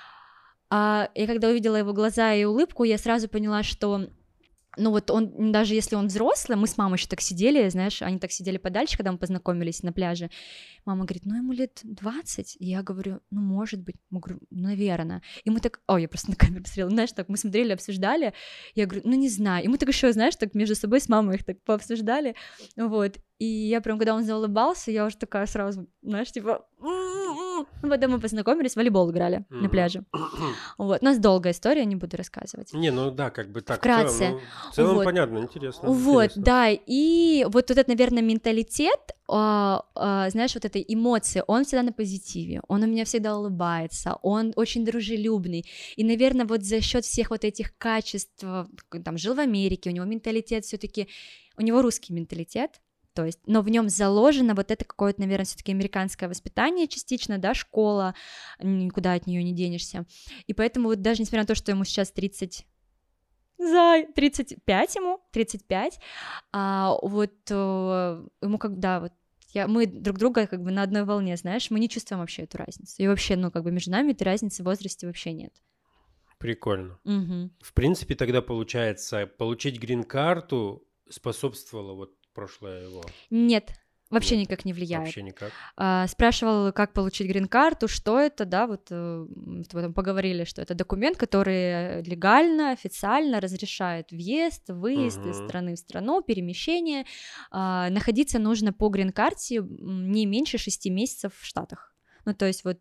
А я когда увидела его глаза и улыбку, я сразу поняла, что, ну вот он, даже если он взрослый, мы с мамой еще так сидели, знаешь, они так сидели подальше, когда мы познакомились на пляже, мама говорит, ну ему лет двадцать, и я говорю, ну может быть, мы говорю, ну, наверное, и мы так, ой, я просто на камеру посмотрела, знаешь, так мы смотрели, обсуждали, я говорю, ну не знаю, и мы так еще, знаешь, так между собой с мамой их так пообсуждали, вот, и я прям, когда он заулыбался, я уже такая сразу, знаешь, типа... Потом мы познакомились, в волейбол играли mm-hmm. на пляже. Вот. У нас долгая история, не буду рассказывать. Не, ну да, как бы так. Вкратце. В целом, ну, в целом вот. понятно, интересно. Вот, интересно. да, и вот этот, наверное, менталитет, а, а, знаешь, вот этой эмоции, он всегда на позитиве, он у меня всегда улыбается, он очень дружелюбный, и, наверное, вот за счет всех вот этих качеств, там, жил в Америке, у него менталитет все-таки, у него русский менталитет, то есть, но в нем заложено вот это какое-то, наверное, все-таки американское воспитание частично, да, школа, никуда от нее не денешься. И поэтому вот даже несмотря на то, что ему сейчас тридцать, зай, тридцать пять ему, тридцать пять, а, вот а, ему как, да, вот я, мы друг друга как бы на одной волне, знаешь, мы не чувствуем вообще эту разницу. И вообще, ну, как бы между нами этой разницы в возрасте вообще нет. Прикольно. Угу. В принципе, тогда получается, получить грин-карту способствовало вот прошлое его? Нет, вообще Нет, никак не влияет. Вообще никак. А, спрашивал, как получить грин-карту, что это, да, вот потом поговорили, что это документ, который легально, официально разрешает въезд, выезд угу. из страны в страну, перемещение. А, находиться нужно по грин-карте не меньше шести месяцев в Штатах. Ну, то есть вот...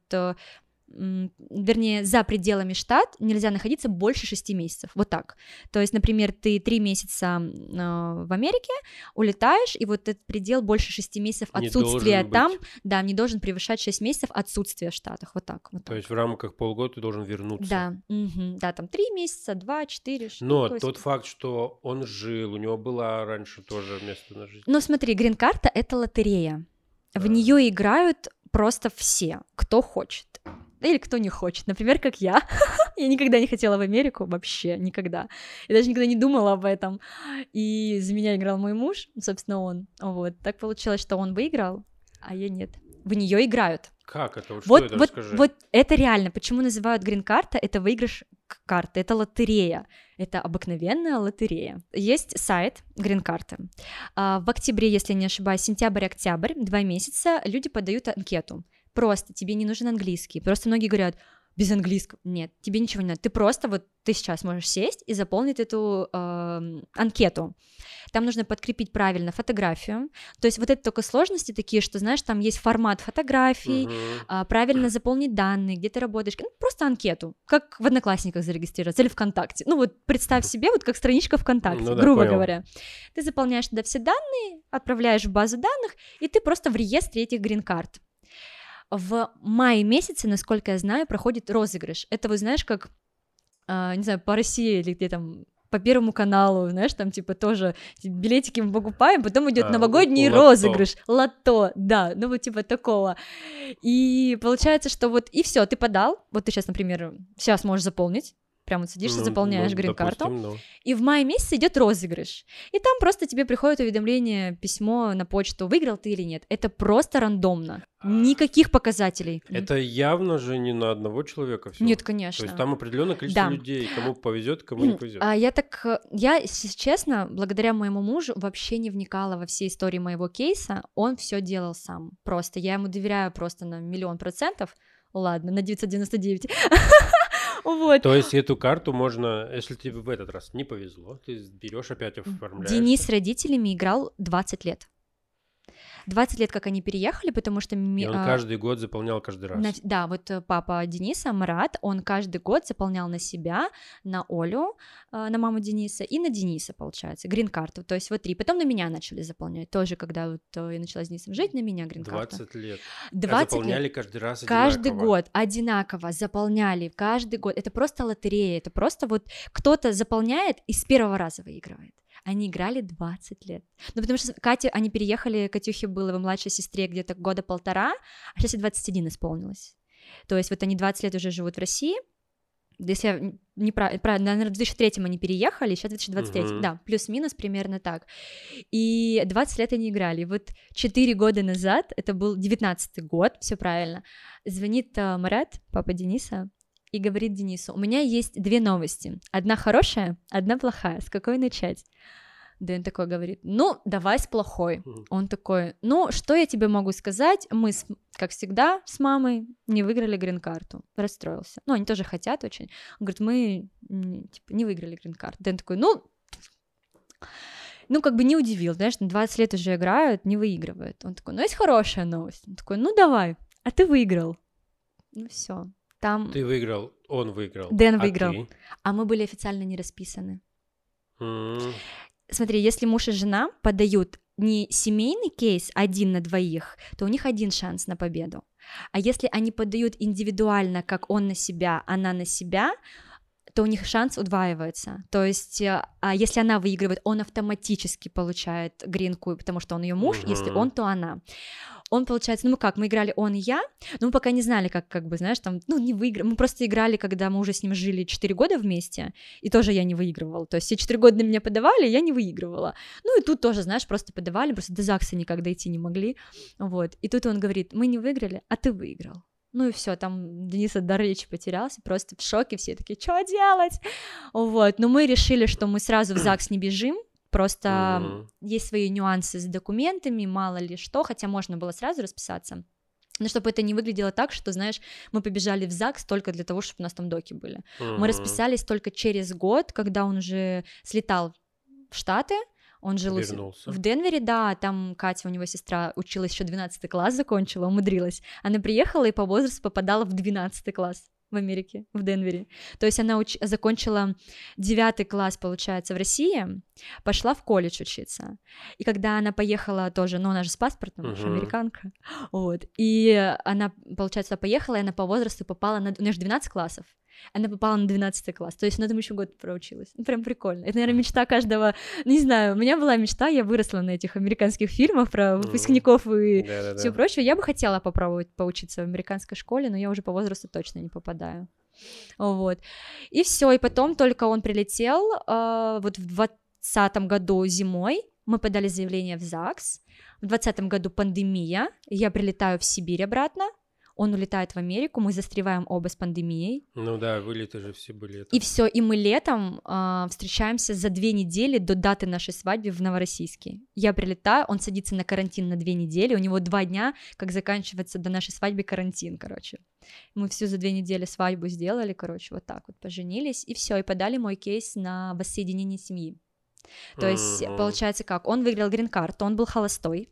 вернее, за пределами штат нельзя находиться больше шести месяцев, вот так. То есть, например, ты три месяца э, в Америке, улетаешь, и вот этот предел больше шести месяцев отсутствия там, да, не должен превышать шесть месяцев отсутствия в Штатах, вот так. Вот То так. есть в рамках полгода ты должен вернуться. Да, угу, да, там три месяца, два, четыре. Но то тот есть... факт, что он жил, у него было раньше тоже место на жизнь. Но смотри, грин-карта — это лотерея. В а. нее играют просто все, кто хочет. Или кто не хочет, например, как я. Я никогда не хотела в Америку, вообще никогда. Я даже никогда не думала об этом. И за меня играл мой муж, собственно, он. Вот. Так получилось, что он выиграл, а я нет. В нее играют. Как это? Что вот, это? Вот, Расскажи. Вот это реально. Почему называют грин-карта? Это выигрыш карты, это лотерея. Это обыкновенная лотерея. Есть сайт грин-карты. В октябре, если не ошибаюсь, сентябрь-октябрь, два месяца люди подают анкету. Просто тебе не нужен английский. Просто многие говорят, без английского. Нет, тебе ничего не надо. Ты просто вот, ты сейчас можешь сесть и заполнить эту э, анкету. Там нужно подкрепить правильно фотографию. То есть вот это только сложности такие, что, знаешь, там есть формат фотографий, uh-huh. э, правильно заполнить данные, где ты работаешь. Ну, просто анкету, как в Одноклассниках зарегистрироваться или ВКонтакте. Ну вот представь себе, вот как страничка ВКонтакте, ну, да, грубо понял. говоря. Ты заполняешь туда все данные, отправляешь в базу данных, и ты просто в реестре этих грин-карт. В мае месяце, насколько я знаю, проходит розыгрыш. Это, вы знаешь, как, э, не знаю, по России или где там, по Первому каналу, знаешь, там типа тоже билетики мы покупаем, потом идет а, новогодний лото. розыгрыш, лото, да, ну вот типа такого. И получается, что вот и все, ты подал, вот ты сейчас, например, сейчас можешь заполнить, прямо садишься, ну, заполняешь ну, грин-карту, допустим, ну. и в мае месяце идет розыгрыш, и там просто тебе приходит уведомление, письмо на почту, выиграл ты или нет. Это просто рандомно, никаких показателей. Это явно же не на одного человека всё. Нет, конечно. То есть там определенное количество да. людей, кому повезет, кому не повезет. А я так, я, если честно, благодаря моему мужу вообще не вникала во все истории моего кейса, он все делал сам, просто я ему доверяю просто на миллион процентов, ладно, на девятьсот девяносто девять. Вот. То есть эту карту можно, если тебе в этот раз не повезло, ты берешь опять оформляешь. Денис с родителями играл двадцать лет. двадцать лет, как они переехали, потому что... И он каждый год заполнял каждый раз. На, да, вот папа Дениса, Марат, он каждый год заполнял на себя, на Олю, на маму Дениса, и на Дениса, получается, грин-карту, то есть вот три. Потом на меня начали заполнять, тоже, когда вот я начала с Денисом жить, на меня грин-карту. двадцать лет. двадцать а заполняли лет. каждый раз одинаково? Каждый год одинаково заполняли, каждый год. Это просто лотерея, это просто вот кто-то заполняет и с первого раза выигрывает. Они играли двадцать лет. Ну, потому что Катя, они переехали, Катюхе было, его младшей сестре где-то года полтора, а сейчас ей двадцать один исполнилось. То есть вот они двадцать лет уже живут в России. Если я не прав... наверное, в две тысячи третьем они переехали, сейчас две тысячи двадцать третий, uh-huh. да, плюс-минус примерно так. И двадцать лет они играли. Вот четыре года назад, это был девятнадцатый год, все правильно, звонит uh, Марат, папа Дениса, и говорит Денису: у меня есть две новости, одна хорошая, одна плохая, с какой начать? Дэн такой говорит: ну, давай с плохой. Mm-hmm. Он такой: ну, что я тебе могу сказать, мы, с, как всегда, с мамой не выиграли грин-карту. Расстроился. Ну, они тоже хотят очень. Он говорит: мы, не, типа, не выиграли грин-карту. Дэн такой: ну, ну, как бы не удивил, знаешь, двадцать лет уже играют, не выигрывают. Он такой: ну, есть хорошая новость. Он такой: ну, давай, а ты выиграл. Ну, все. Там... Ты выиграл, он выиграл. Дэн выиграл. А ты? А мы были официально не расписаны. Mm. Смотри, если муж и жена подают не семейный кейс один на двоих, то у них один шанс на победу. А если они подают индивидуально, как он на себя, она на себя, то у них шанс удваивается. То есть, а если она выигрывает, он автоматически получает гринку, потому что он ее муж, mm-hmm. если он, то она. Он, получается, ну мы как, мы играли он и я, но мы пока не знали, как, как бы, знаешь, там, ну не выиграли, мы просто играли, когда мы уже с ним жили четыре года вместе, и тоже я не выигрывала, то есть все четыре года на меня подавали, я не выигрывала, ну и тут тоже, знаешь, просто подавали, просто до ЗАГСа никак дойти не могли, вот, и тут он говорит: мы не выиграли, а ты выиграл. Ну и все, там Денис от дар речи потерялся, просто в шоке, все такие: что делать? Вот, но мы решили, что мы сразу в ЗАГС не бежим, просто mm-hmm. есть свои нюансы с документами, мало ли что, хотя можно было сразу расписаться, но чтобы это не выглядело так, что, знаешь, мы побежали в ЗАГС только для того, чтобы у нас там доки были. Mm-hmm. Мы расписались только через год, когда он уже слетал в Штаты, он жил Вернулся. в Денвере, да, там Катя, у него сестра, училась еще двенадцатый класс, закончила, умудрилась. Она приехала и по возрасту попадала в двенадцатый класс в Америке, в Денвере. То есть она уч- закончила девятый класс, получается, в России, пошла в колледж учиться. И когда она поехала тоже, ну, она же с паспортом, uh-huh. американка, вот, и она, получается, поехала, и она по возрасту попала на... У нее же двенадцать классов. Она попала на двенадцатый класс, то есть она там еще год проучилась. Ну, прям прикольно. Это, наверное, мечта каждого, не знаю, у меня была мечта, я выросла на этих американских фильмах про выпускников и mm-hmm. все прочее. Я бы хотела попробовать поучиться в американской школе, но я уже по возрасту точно не попадаю. Вот. И все, и потом только он прилетел, э, вот в двадцатом году зимой мы подали заявление в ЗАГС, в двадцатом году пандемия, я прилетаю в Сибирь обратно, он улетает в Америку, мы застреваем оба с пандемией. Ну да, вылеты же все были. И все, и мы летом э, встречаемся за две недели до даты нашей свадьбы в Новороссийске. Я прилетаю, он садится на карантин на две недели, у него два дня, как заканчивается до нашей свадьбы карантин, короче. Мы всю за две недели свадьбу сделали, короче, вот так вот поженились, и все, и подали мой кейс на воссоединение семьи. То mm-hmm. есть, получается как, он выиграл грин-карту, он был холостой.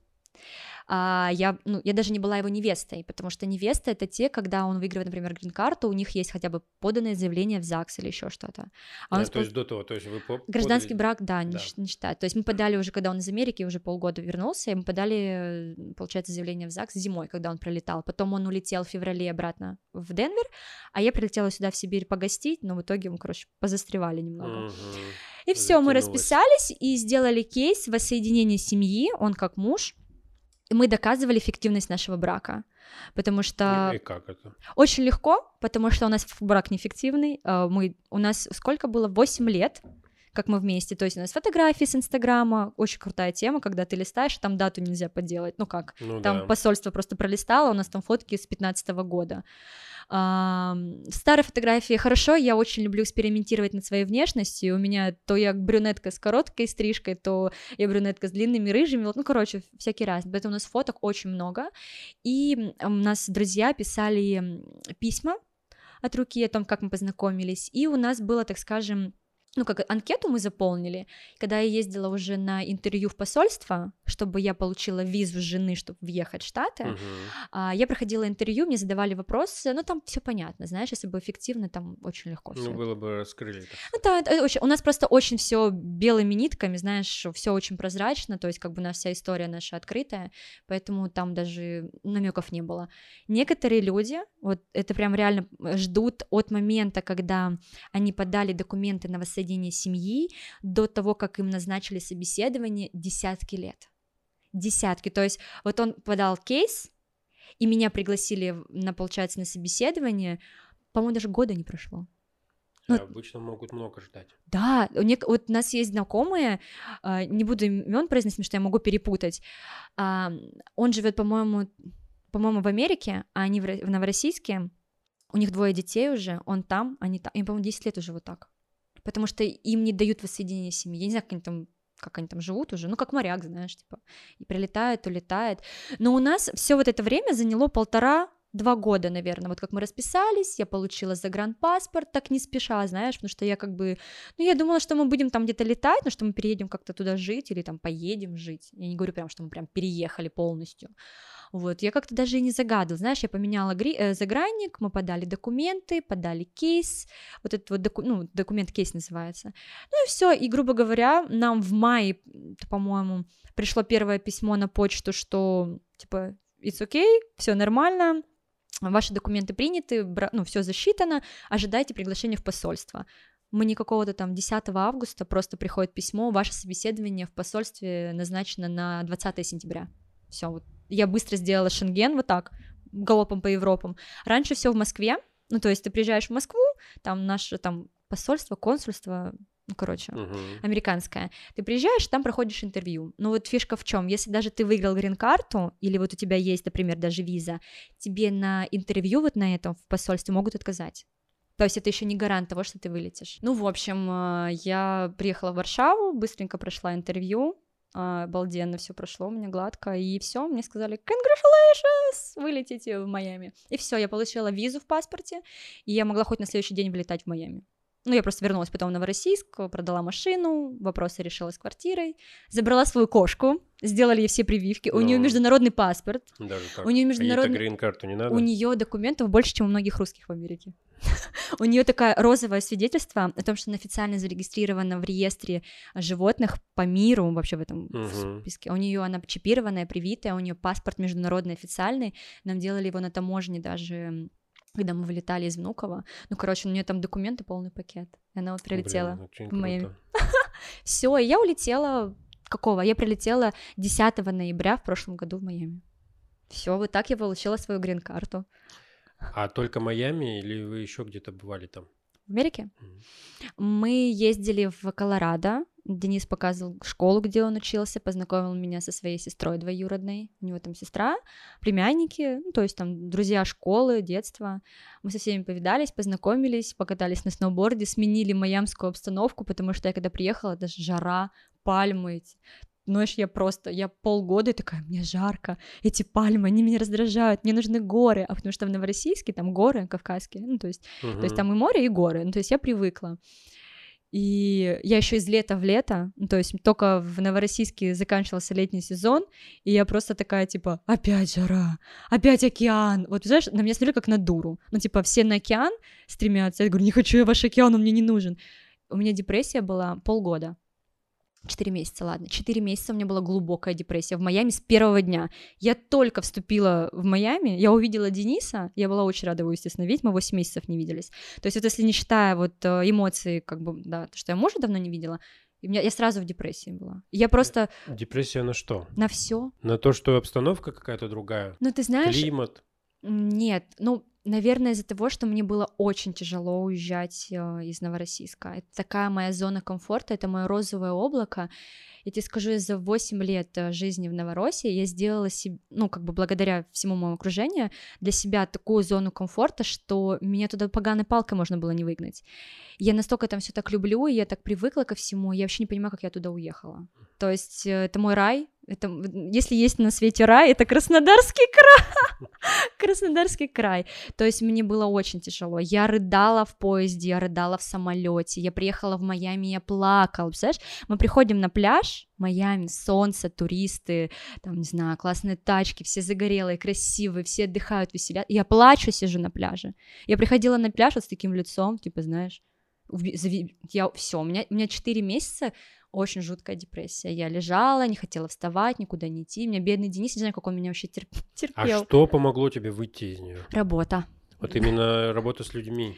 А я, ну, я даже не была его невестой, потому что невеста — это те, когда он выигрывает, например, грин-карту, у них есть хотя бы поданное заявление в ЗАГС или еще что-то. А да, он то пол... есть до того, то есть вы подали... Гражданский брак, да, не, да. не считают. То есть мы подали уже, когда он из Америки, уже полгода вернулся, и мы подали, получается, заявление в ЗАГС зимой, когда он прилетал. Потом он улетел в феврале обратно в Денвер, а я прилетела сюда в Сибирь погостить, но в итоге мы, короче, позастревали немного. Угу. И все, мы расписались и сделали кейс воссоединения семьи, он как муж. И мы доказывали фиктивность нашего брака, потому что... И как это? Очень легко, потому что у нас брак не фиктивный, мы... у нас сколько было? восемь лет, как мы вместе, то есть у нас фотографии с Инстаграма, очень крутая тема, когда ты листаешь, там дату нельзя подделать, ну как, ну, там да. посольство просто пролистало, у нас там фотки с пятнадцатого года. А, старые фотографии хорошо, я очень люблю экспериментировать над своей внешностью, у меня то я брюнетка с короткой стрижкой, то я брюнетка с длинными рыжими, ну короче, всякий раз, поэтому у нас фоток очень много, и у нас друзья писали письма от руки о том, как мы познакомились, и у нас было, так скажем, ну, как анкету мы заполнили, когда я ездила уже на интервью в посольство, чтобы я получила визу жены, чтобы въехать в Штаты. Мгм. А, Я проходила интервью, мне задавали вопросы, ну, там все понятно, знаешь, если бы эффективно, там очень легко Ну, все. было бы раскрыли это. Ну, да, это очень- у нас просто очень все белыми нитками, знаешь, все очень прозрачно, то есть как бы у нас вся история наша открытая, поэтому там даже намеков не было. Некоторые люди, вот это прям реально ждут от момента, когда они подали документы на воссоединение семьи, до того, как им назначили собеседование, десятки лет. Десятки, то есть вот он подал кейс, и меня пригласили, в- на, получается, на собеседование, по-моему, даже года не прошло. А Ну, обычно могут много ждать. Да, у нек- вот у нас есть знакомые, а, не буду имен произносить, потому что я могу перепутать. А, Он живет, по-моему, по-моему, в Америке, а они в Ро- в Новороссийске. У них двое детей уже, он там, они там. Им, по-моему, десять лет уже вот так. Потому что им не дают воссоединения семьи. Я не знаю, как они там как они там живут уже, ну, как моряк, знаешь, типа, и прилетает, улетает. Но у нас все вот это время заняло полтора два года, наверное, вот как мы расписались, я получила загранпаспорт так не спеша, знаешь, потому что я как бы, ну, я думала, что мы будем там где-то летать, но что мы переедем как-то туда жить или там поедем жить, я не говорю прям, что мы прям переехали полностью, вот, я как-то даже и не загадывала, знаешь, я поменяла гри- э, загранник, мы подали документы, подали кейс, вот этот вот доку- ну, документ-кейс называется, ну и все, и, грубо говоря, нам в мае, по-моему, пришло первое письмо на почту, что, типа, it's okay, все нормально, ваши документы приняты, бра- ну, все засчитано, ожидайте приглашения в посольство. Мы не какого-то там десятого августа, просто приходит письмо, ваше собеседование в посольстве назначено на двадцатое сентября. Все, вот я быстро сделала Шенген вот так, галопом по Европам. Раньше все в Москве, ну, то есть ты приезжаешь в Москву, там наше там посольство, консульство, ну, короче, Мгм. американская. Ты приезжаешь, там проходишь интервью. Но вот фишка в чем? Если даже ты выиграл грин-карту, или вот у тебя есть, например, даже виза, тебе на интервью вот на этом в посольстве могут отказать. То есть это еще не гарант того, что ты вылетишь. Ну, в общем, э, я приехала в Варшаву, быстренько прошла интервью, э, обалденно все прошло у меня гладко, и все, мне сказали congratulations, вылетите в Майами. И все, я получила визу в паспорте, и я могла хоть на следующий день вылетать в Майами. Ну, я просто вернулась потом в Новороссийск, продала машину, вопросы решила с квартирой, забрала свою кошку, сделали ей все прививки, у нее Ну. международный паспорт, Даже так. у нее А ей-то международный... грин-карту не надо? У нее документов больше, чем у многих русских в Америке. У нее такое розовое свидетельство о том, что она официально зарегистрирована в реестре животных по миру, вообще в этом Мгм. списке. У нее она чипированная, привитая, у нее паспорт международный официальный. Нам делали его на таможне даже, когда мы вылетали из Внуково. Ну, короче, у нее там документы, полный пакет. И она вот прилетела Блин, очень в Майами. круто. Все, и я улетела. Какого? Я прилетела десятого ноября в прошлом году в Майами. Все, вот так я получила свою грин-карту. А только Майами или вы еще где-то бывали там? В Америке? Мгм. Мы ездили в Колорадо. Денис показывал школу, где он учился, познакомил меня со своей сестрой двоюродной. У него там сестра, племянники, ну, то есть там друзья школы, детства. Мы со всеми повидались, познакомились, покатались на сноуборде, сменили майамскую обстановку, потому что я когда приехала, даже жара, пальмы эти. Знаешь, я просто, я полгода и такая, мне жарко, эти пальмы, они меня раздражают, мне нужны горы, а потому что в Новороссийске там горы кавказские, ну, то есть, то есть Мгм. там и море, и горы, ну, то есть я привыкла. И я еще из лета в лето, ну, то есть только в Новороссийске заканчивался летний сезон, и я просто такая, типа, опять жара, опять океан. Вот, знаешь, на меня смотрели как на дуру. Ну, типа, все на океан стремятся. Я говорю, не хочу я ваш океан, он мне не нужен. У меня депрессия была полгода. Четыре месяца, ладно. Четыре месяца у меня была глубокая депрессия в Майами с первого дня. Я только вступила в Майами, я увидела Дениса, я была очень рада его, естественно, видеть, мы восемь месяцев не виделись. То есть вот если не считая вот э, эмоций, как бы, да, то, что я мужа давно не видела, и у меня, я сразу в депрессии была. Я просто Депрессия на что? на все. На то, что обстановка какая-то другая? Ну, ты знаешь, Климат? нет, ну, наверное, из-за того, что мне было очень тяжело уезжать э, из Новороссийска. Это такая моя зона комфорта, это мое розовое облако. Я тебе скажу, за восемь лет э, жизни в Новороссии я сделала себе, ну, как бы благодаря всему моему окружению, для себя такую зону комфорта, что меня туда поганой палкой можно было не выгнать. Я настолько там все так люблю, и я так привыкла ко всему, я вообще не понимаю, как я туда уехала. То есть э, это мой рай, Это, если есть на свете рай, это Краснодарский край. Краснодарский край. То есть мне было очень тяжело. Я рыдала в поезде, я рыдала в самолете. Я приехала в Майами, я плакала. Представляешь, мы приходим на пляж, Майами, солнце, туристы, там, не знаю, классные тачки, все загорелые, красивые, все отдыхают, веселят. Я плачу, сижу на пляже. Я приходила на пляж вот с таким лицом, типа, знаешь, я все, у меня, у меня четыре месяца очень жуткая депрессия. Я лежала, не хотела вставать, никуда не идти. У меня бедный Денис, не знаю, как он меня вообще терп... терпел. А что помогло тебе выйти из нее? Работа. Вот именно работа с людьми.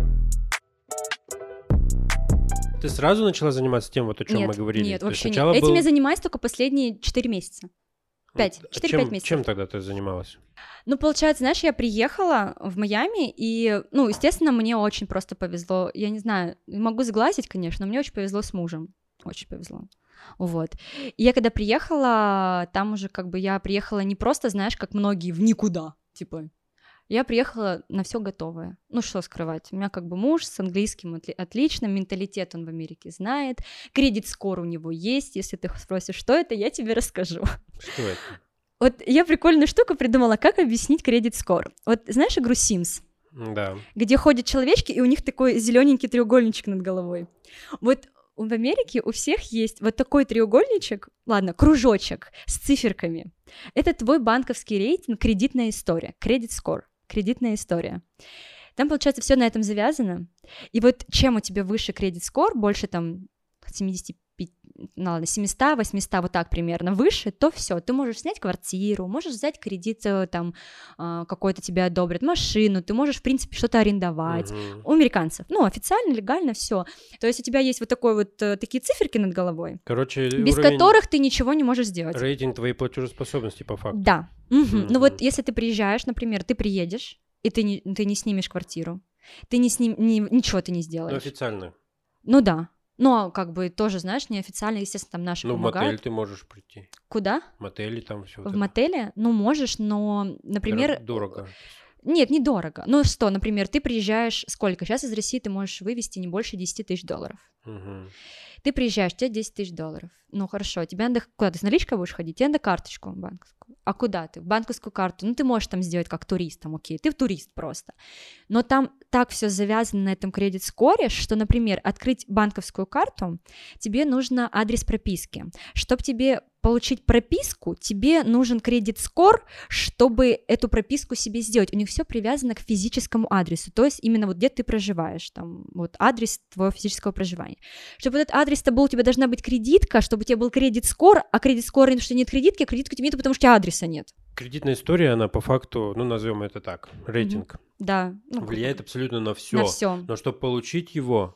Ты сразу начала заниматься тем, вот о чем нет, мы говорили? Нет, То вообще нет. был... Этим я занимаюсь только последние четыре месяца. Пять, четыре-пять месяцев. Чем тогда ты занималась? Ну, получается, знаешь, я приехала в Майами, и, ну, естественно, мне очень просто повезло. Я не знаю, могу сглазить, конечно, но мне очень повезло с мужем. Очень повезло. Вот. И я когда приехала, там уже как бы я приехала не просто, знаешь, как многие, в никуда, типа... Я приехала на все готовое. Ну, что скрывать. У меня как бы муж с английским отли- отлично, менталитет он в Америке знает, кредит-скор у него есть. Если ты спросишь, что это, я тебе расскажу. Что это? Вот я прикольную штуку придумала, как объяснить кредит-скор. Вот знаешь игру Sims? Да. Где ходят человечки, и у них такой зелененький треугольничек над головой. Вот в Америке у всех есть вот такой треугольничек, ладно, кружочек с циферками. Это твой банковский рейтинг, кредитная история, кредит-скор. Кредитная история. Там, получается, все на этом завязано. И вот чем у тебя выше кредит-скор, больше там семьдесят пять, ну ладно, семьсот, восемьсот, вот так примерно выше, то все, ты можешь снять квартиру, можешь взять кредит, там, какой-то тебе одобрят, машину, ты можешь, в принципе, что-то арендовать. Uh-huh. У американцев, ну, официально, легально, все. То есть у тебя есть вот такой вот, такие циферки над головой, короче, без которых ты ничего не можешь сделать. Рейтинг твоей платежеспособности, по факту. Да. Угу. Uh-huh. Ну вот, если ты приезжаешь, например, ты приедешь, и ты не, ты не снимешь квартиру, ты не сним, не, ничего ты не сделаешь. Ну, официально. Ну да. Но как бы тоже, знаешь, неофициально, естественно, там наши ну, помогают. Ну, в мотель ты можешь прийти. Куда? В мотеле там все. В Вот мотеле? Ну, можешь, но, например... Дорого. Нет, недорого. Ну что, например, ты приезжаешь... Сколько? Сейчас из России ты можешь вывести не больше десять тысяч долларов. Угу. Ты приезжаешь, тебе десять тысяч долларов. Ну, хорошо, тебе надо... Куда ты с наличкой будешь ходить? Тебе надо карточку банковскую. А куда ты? В банковскую карту. Ну, ты можешь там сделать как турист, там, окей, ты турист просто. Но там так все завязано на этом кредит-скоре, что, например, открыть банковскую карту, тебе нужно адрес прописки. Чтобы тебе получить прописку, тебе нужен кредит-скор, чтобы эту прописку себе сделать. У них все привязано к физическому адресу, то есть именно вот где ты проживаешь, там вот адрес твоего физического проживания. Чтобы этот адрес-то был, у тебя должна быть кредитка, чтобы у тебя был кредит-скор, а кредит-скор, потому что нет кредитки, а кредитки у тебя нет, потому что у тебя адреса нет. Кредитная история, она по факту, ну, назовем это так, рейтинг. Mm-hmm. Да. Ну, влияет абсолютно на все. На все. Но чтобы получить его,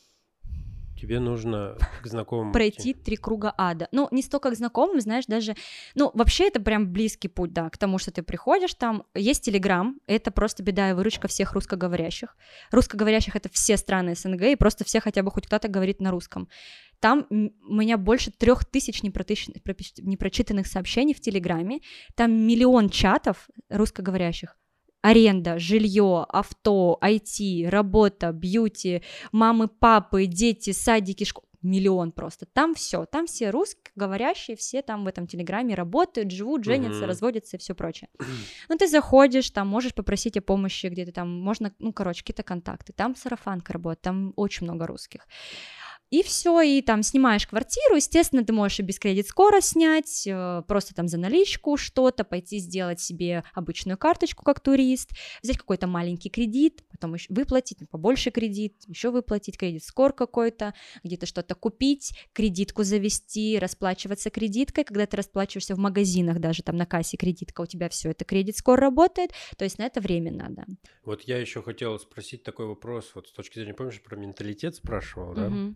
тебе нужно к знакомым пройти идти. три круга ада. Ну, не столько к знакомым, знаешь, даже... Ну, вообще это прям близкий путь, да, к тому, что ты приходишь там. Есть Телеграм, это просто беда и выручка всех русскоговорящих. Русскоговорящих — это все страны СНГ, и просто все хотя бы хоть кто-то говорит на русском. Там у меня больше трех тысяч непрочитанных сообщений в Телеграме, там миллион чатов русскоговорящих. Аренда, жилье, авто, ай ти, работа, бьюти, мамы, папы, дети, садики, школы. Миллион просто. Там все, там все русскоговорящие, все там в этом Телеграме работают, живут, женятся, mm-hmm. разводятся и все прочее. Ну, ты заходишь, там можешь попросить о помощи где-то там, можно, ну, короче, какие-то контакты. Там сарафанка работает, там очень много русских. И все, и там снимаешь квартиру, естественно, ты можешь и без кредит-скора снять, просто там за наличку что-то, пойти сделать себе обычную карточку как турист, взять какой-то маленький кредит, потом еще выплатить побольше кредит, еще выплатить кредит-скор какой-то, где-то что-то купить, кредитку завести, расплачиваться кредиткой, когда ты расплачиваешься в магазинах, даже там на кассе кредитка, у тебя все это кредит-скор работает, то есть на это время надо. Вот я еще хотел спросить такой вопрос, вот с точки зрения, помнишь, про менталитет спрашивал, да? Mm-hmm.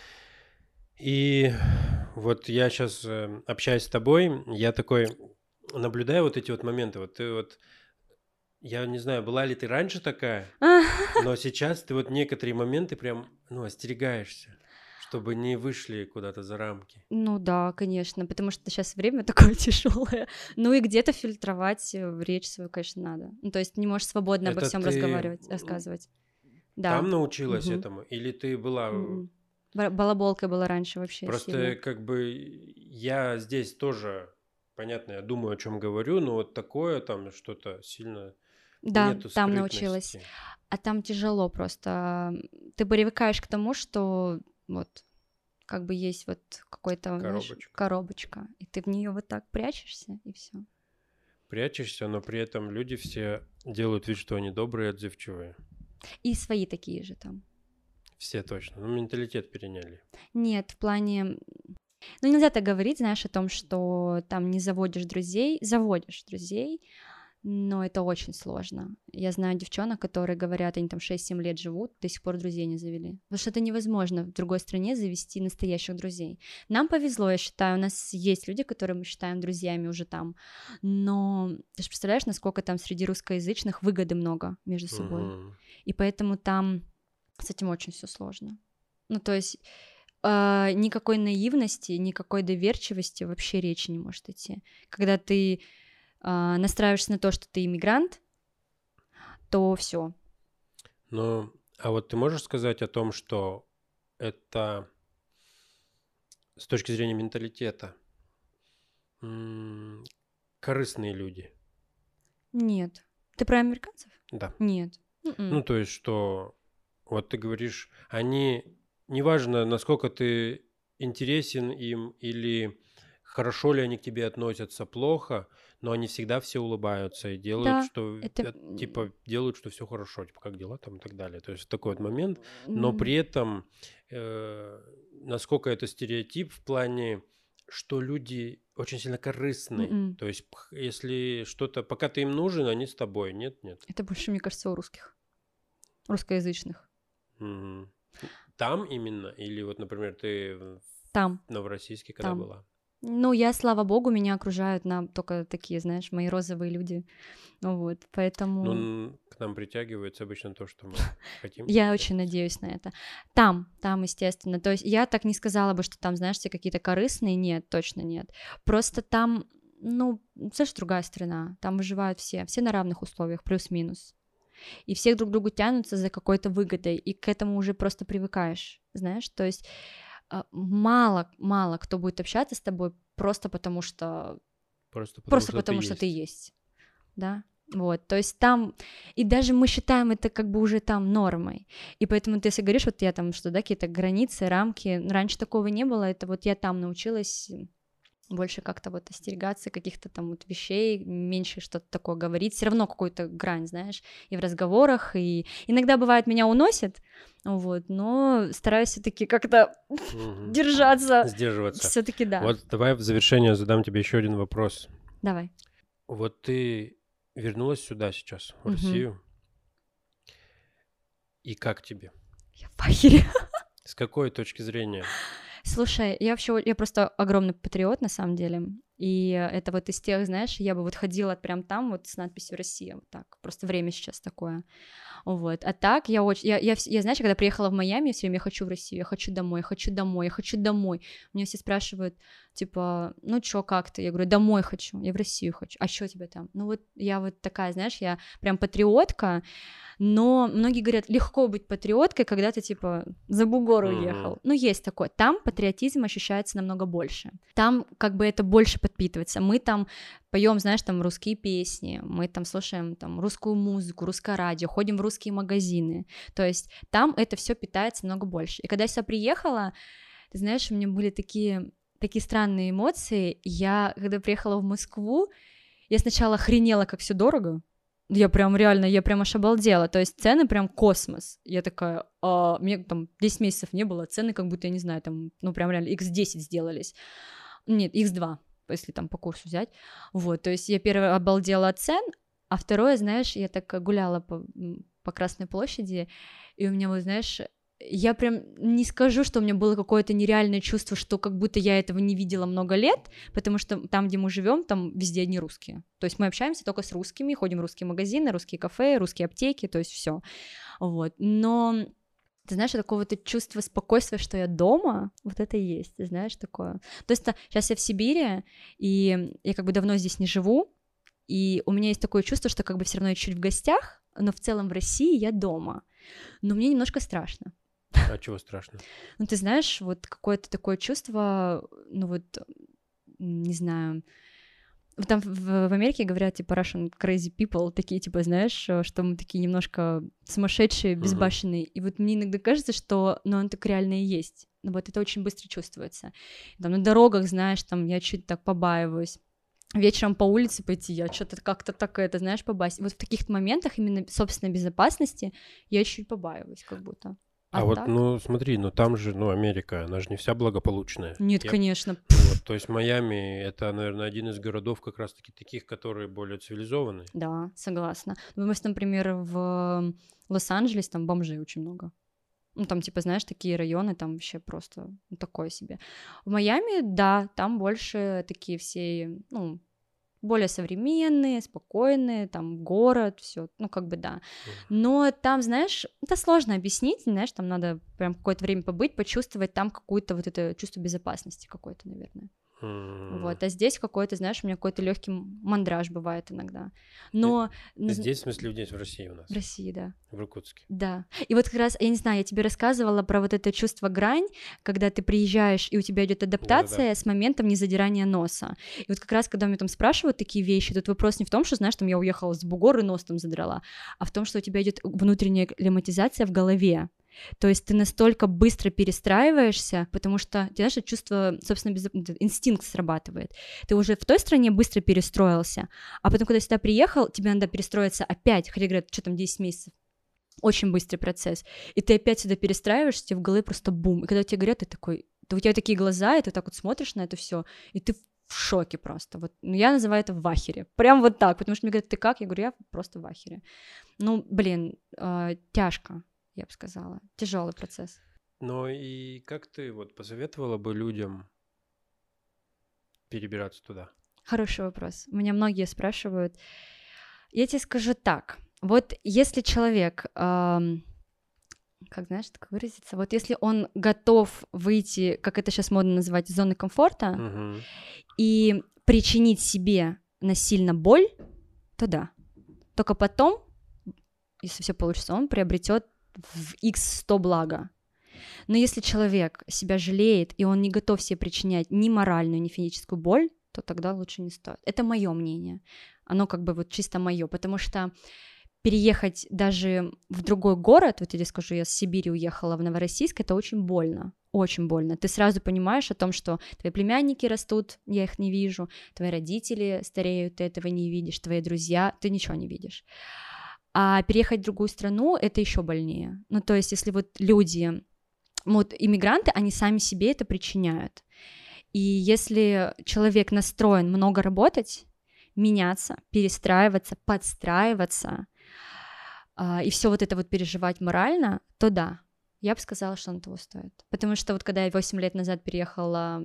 И вот я сейчас э, общаюсь с тобой, я такой наблюдаю вот эти вот моменты, вот ты вот, я не знаю, была ли ты раньше такая, но сейчас ты вот некоторые моменты прям, ну, остерегаешься, чтобы не вышли куда-то за рамки. Ну да, конечно, потому что сейчас время такое тяжелое. Ну и где-то фильтровать речь свою, конечно, надо. Ну, то есть не можешь свободно Это обо всем ты разговаривать, рассказывать. Да. Там научилась Угу. этому? Или ты была... Mm-mm. Балаболкой была раньше вообще Просто сильно. как бы я здесь тоже, понятно, я думаю, о чем говорю, но вот такое там что-то сильно Да, нету там научилась. скрытности. А там тяжело просто. Ты привыкаешь к тому, что вот как бы есть вот какой-то, знаешь, Коробочка. коробочка, и ты в нее вот так прячешься, и все. Прячешься, но при этом люди все делают вид, что они добрые и отзывчивые. И свои такие же там. Все точно. Ну, менталитет переняли. Нет, в плане... Ну, нельзя так говорить, знаешь, о том, что там не заводишь друзей. Заводишь друзей, но это очень сложно. Я знаю девчонок, которые говорят, они там шесть-семь лет живут, до сих пор друзей не завели. Потому что это невозможно в другой стране завести настоящих друзей. Нам повезло, я считаю, у нас есть люди, которые мы считаем друзьями уже там, но ты же представляешь, насколько там среди русскоязычных выгоды много между собой. Угу. И поэтому там с этим очень все сложно. Ну, то есть э, никакой наивности, никакой доверчивости вообще речи не может идти. Когда ты Uh, настраиваешься на то, что ты иммигрант, то все. Ну, а вот ты можешь сказать о том, что это с точки зрения менталитета м- корыстные люди? Нет. Ты про американцев? Да. Нет. Mm-mm. Ну, то есть, что вот ты говоришь, они, неважно, насколько ты интересен им или хорошо ли они к тебе относятся, плохо, но они всегда все улыбаются и делают, Да, что это... типа делают, что все хорошо, типа как дела там и так далее. То есть такой вот момент, но при этом э, насколько это стереотип в плане, что люди очень сильно корыстны. Mm-mm. То есть если что-то, пока ты им нужен, они с тобой, нет, нет. Это больше, мне кажется, у русских, русскоязычных. Mm-hmm. Там именно или вот, например, ты там в Новороссийске когда там. была? Ну, я, слава богу, меня окружают нам только такие, знаешь, мои розовые люди. Вот, поэтому... Ну, к нам притягивается обычно то, что мы хотим. Я очень надеюсь на это. Там, там, естественно. То есть я так не сказала бы, что там, знаешь, все какие-то корыстные. Нет, точно нет. Просто там, ну, это же другая страна. Там выживают все, все на равных условиях, плюс-минус. И все друг к другу тянутся за какой-то выгодой, и к этому уже просто привыкаешь, знаешь, то есть мало, мало кто будет общаться с тобой просто потому, что... Просто потому, просто что, потому ты, что есть. ты есть, да, вот, то есть там, и даже мы считаем это как бы уже там нормой, и поэтому ты если говоришь, вот я там, что, да, какие-то границы, рамки, раньше такого не было, это вот я там научилась... больше как-то вот остерегаться каких-то там вот вещей, меньше что-то такое говорить, все равно какую-то грань, знаешь, и в разговорах, и иногда бывает меня уносит, вот, но стараюсь все-таки как-то угу. держаться, сдерживаться. Все-таки да. Вот давай в завершение задам тебе еще один вопрос. Давай. Вот ты вернулась сюда сейчас, в угу. Россию, и как тебе? Я в ахере. С какой точки зрения? Слушай, я вообще, я просто огромный патриот, на самом деле, и это вот из тех, знаешь, я бы вот ходила прям там вот с надписью «Россия», вот так, просто время сейчас такое, вот, а так я очень, я, я, я знаешь, когда приехала в Майами, я все время я хочу в Россию, я хочу домой, я хочу домой, я хочу домой, меня все спрашивают, типа, ну чё, как ты, я говорю, домой хочу, я в Россию хочу, а что тебе там, ну вот я вот такая, знаешь, я прям патриотка, но многие говорят, легко быть патриоткой, когда ты, типа, за бугор уехал. Uh-huh. Ну, есть такое. Там патриотизм ощущается намного больше. Там как бы это больше подпитывается. Мы там поем, знаешь, там русские песни, мы там слушаем там русскую музыку, русское радио, ходим в русские магазины. То есть там это все питается намного больше. И когда я сюда приехала, ты знаешь, у меня были такие, такие странные эмоции. Я, когда приехала в Москву, я сначала охренела, как все дорого. Я прям реально, я прям аж обалдела, то есть цены прям космос, я такая, а, мне там десять месяцев не было, цены как будто, я не знаю, там, ну прям реально икс десять сделались, нет, икс два, если там по курсу взять, вот, то есть я первое обалдела от цен, а второе, знаешь, я так гуляла по, по Красной площади, и у меня вот, знаешь, я прям не скажу, что у меня было какое-то нереальное чувство, что как будто я этого не видела много лет, потому что там, где мы живем, там везде одни русские. То есть мы общаемся только с русскими, ходим в русские магазины, русские кафе, русские аптеки, то есть все. Вот. Но ты знаешь, такое вот чувство спокойствия, что я дома, вот это и есть, ты знаешь, такое. То есть сейчас я в Сибири, и я как бы давно здесь не живу, и у меня есть такое чувство, что как бы все равно я чуть в гостях, но в целом в России я дома. Но мне немножко страшно. А чего страшно? Ну, ты знаешь, вот какое-то такое чувство, ну вот, не знаю, там в, в Америке говорят, типа, Russian crazy people, такие, типа, знаешь, что мы такие немножко сумасшедшие, безбашенные, uh-huh. И вот мне иногда кажется, что, ну, он так реально и есть, ну, вот это очень быстро чувствуется. Там на дорогах, знаешь, там я чуть так побаиваюсь. Вечером по улице пойти, я что-то как-то так, это, знаешь, побаиваюсь. Вот в таких моментах именно собственной безопасности я чуть побаиваюсь, как будто. А, а вот, ну, смотри, ну там же, ну, Америка, она же не вся благополучная. Нет, Я... конечно. Вот, то есть Майами — это, наверное, один из городов как раз-таки таких, которые более цивилизованные. Да, согласна. Ну, например, в Лос-Анджелесе там бомжей очень много. Ну, там, типа, знаешь, такие районы, там вообще просто ну, такое себе. В Майами, да, там больше такие все, ну, более современные, спокойные, там город, все, ну как бы да. Но там, знаешь, это сложно объяснить, знаешь, там надо прям какое-то время побыть, почувствовать там какое-то вот это чувство безопасности какое-то, наверное. Mm. Вот, а здесь какой-то, знаешь, у меня какой-то легкий мандраж бывает иногда. Но здесь, в смысле, здесь в России у нас? В России, да. В Иркутске. Да. И вот как раз, я не знаю, я тебе рассказывала про вот это чувство грань, когда ты приезжаешь, и у тебя идет адаптация Да-да-да. С моментом незадирания носа. И вот как раз, когда меня там спрашивают такие вещи, тут вопрос не в том, что, знаешь, там я уехала с бугор и нос там задрала, а в том, что у тебя идет внутренняя климатизация в голове. То есть ты настолько быстро перестраиваешься, потому что, ты знаешь, чувство, собственно, без... инстинкт срабатывает. Ты уже в той стране быстро перестроился, а потом, когда сюда приехал, тебе надо перестроиться опять, хотя говорят, что там десять месяцев. Очень быстрый процесс. И ты опять сюда перестраиваешься, тебе в голове просто бум. И когда тебе говорят, ты такой, то у тебя такие глаза, и ты так вот смотришь на это все, и ты в шоке просто. Вот, ну, я называю это в ахере. Прям вот так, потому что мне говорят, ты как? Я говорю, я просто в ахере. Ну, блин, э, тяжко. Я бы сказала. Тяжелый процесс. Ну и как ты вот посоветовала бы людям перебираться туда? Хороший вопрос. Меня многие спрашивают. Я тебе скажу так. Вот если человек, эм, как знаешь, так выразиться, вот если он готов выйти, как это сейчас модно называть, из зоны комфорта, угу. и причинить себе насильно боль, то да. Только потом, если все получится, он приобретет в икс сто блага. Но если человек себя жалеет, и он не готов себе причинять ни моральную, ни физическую боль, то тогда лучше не стоит. Это мое мнение. Оно как бы вот чисто мое, потому что переехать даже в другой город, вот я тебе скажу, я с Сибири уехала в Новороссийск, это очень больно, очень больно. Ты сразу понимаешь о том, что твои племянники растут, я их не вижу, твои родители стареют, ты этого не видишь, твои друзья, ты ничего не видишь. А переехать в другую страну — это еще больнее. Ну, то есть, если вот люди, вот иммигранты, они сами себе это причиняют. И если человек настроен много работать, меняться, перестраиваться, подстраиваться, а, и все вот это вот переживать морально, то да, я бы сказала, что он того стоит. Потому что вот когда я восемь лет назад переехала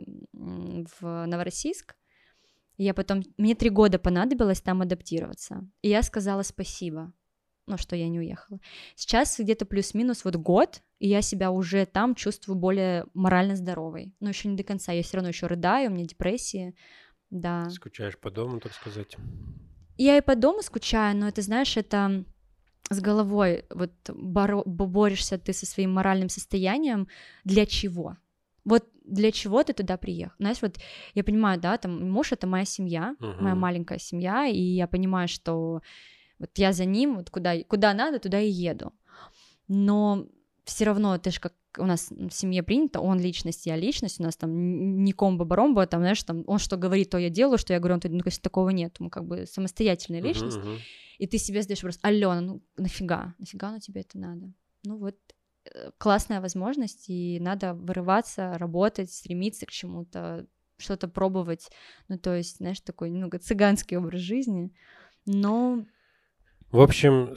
в Новороссийск, я потом, мне три года понадобилось там адаптироваться, и я сказала спасибо, ну, что я не уехала. Сейчас где-то плюс-минус вот год, и я себя уже там чувствую более морально здоровой, но еще не до конца, я все равно еще рыдаю, у меня депрессия, да. Скучаешь по дому, так сказать? Я и по дому скучаю, но это, знаешь, это с головой, вот боро- борешься ты со своим моральным состоянием, для чего? Вот для чего ты туда приехал? Знаешь, вот я понимаю, да, там муж — это моя семья, uh-huh. моя маленькая семья, и я понимаю, что вот я за ним, вот куда, куда надо, туда и еду. Но все равно, ты же как у нас в семье принято, он личность, я личность, у нас там не комбо-баромбо, там, знаешь, там, он что говорит, то я делаю, что я говорю, он, ну, конечно, такого нет, мы как бы самостоятельная личность, uh-huh, uh-huh. И ты себе задаешь вопрос, Алена, ну нафига, нафига на тебе это надо? Ну вот, классная возможность, и надо вырываться, работать, стремиться к чему-то, что-то пробовать, ну то есть, знаешь, такой немного цыганский образ жизни, но... В общем...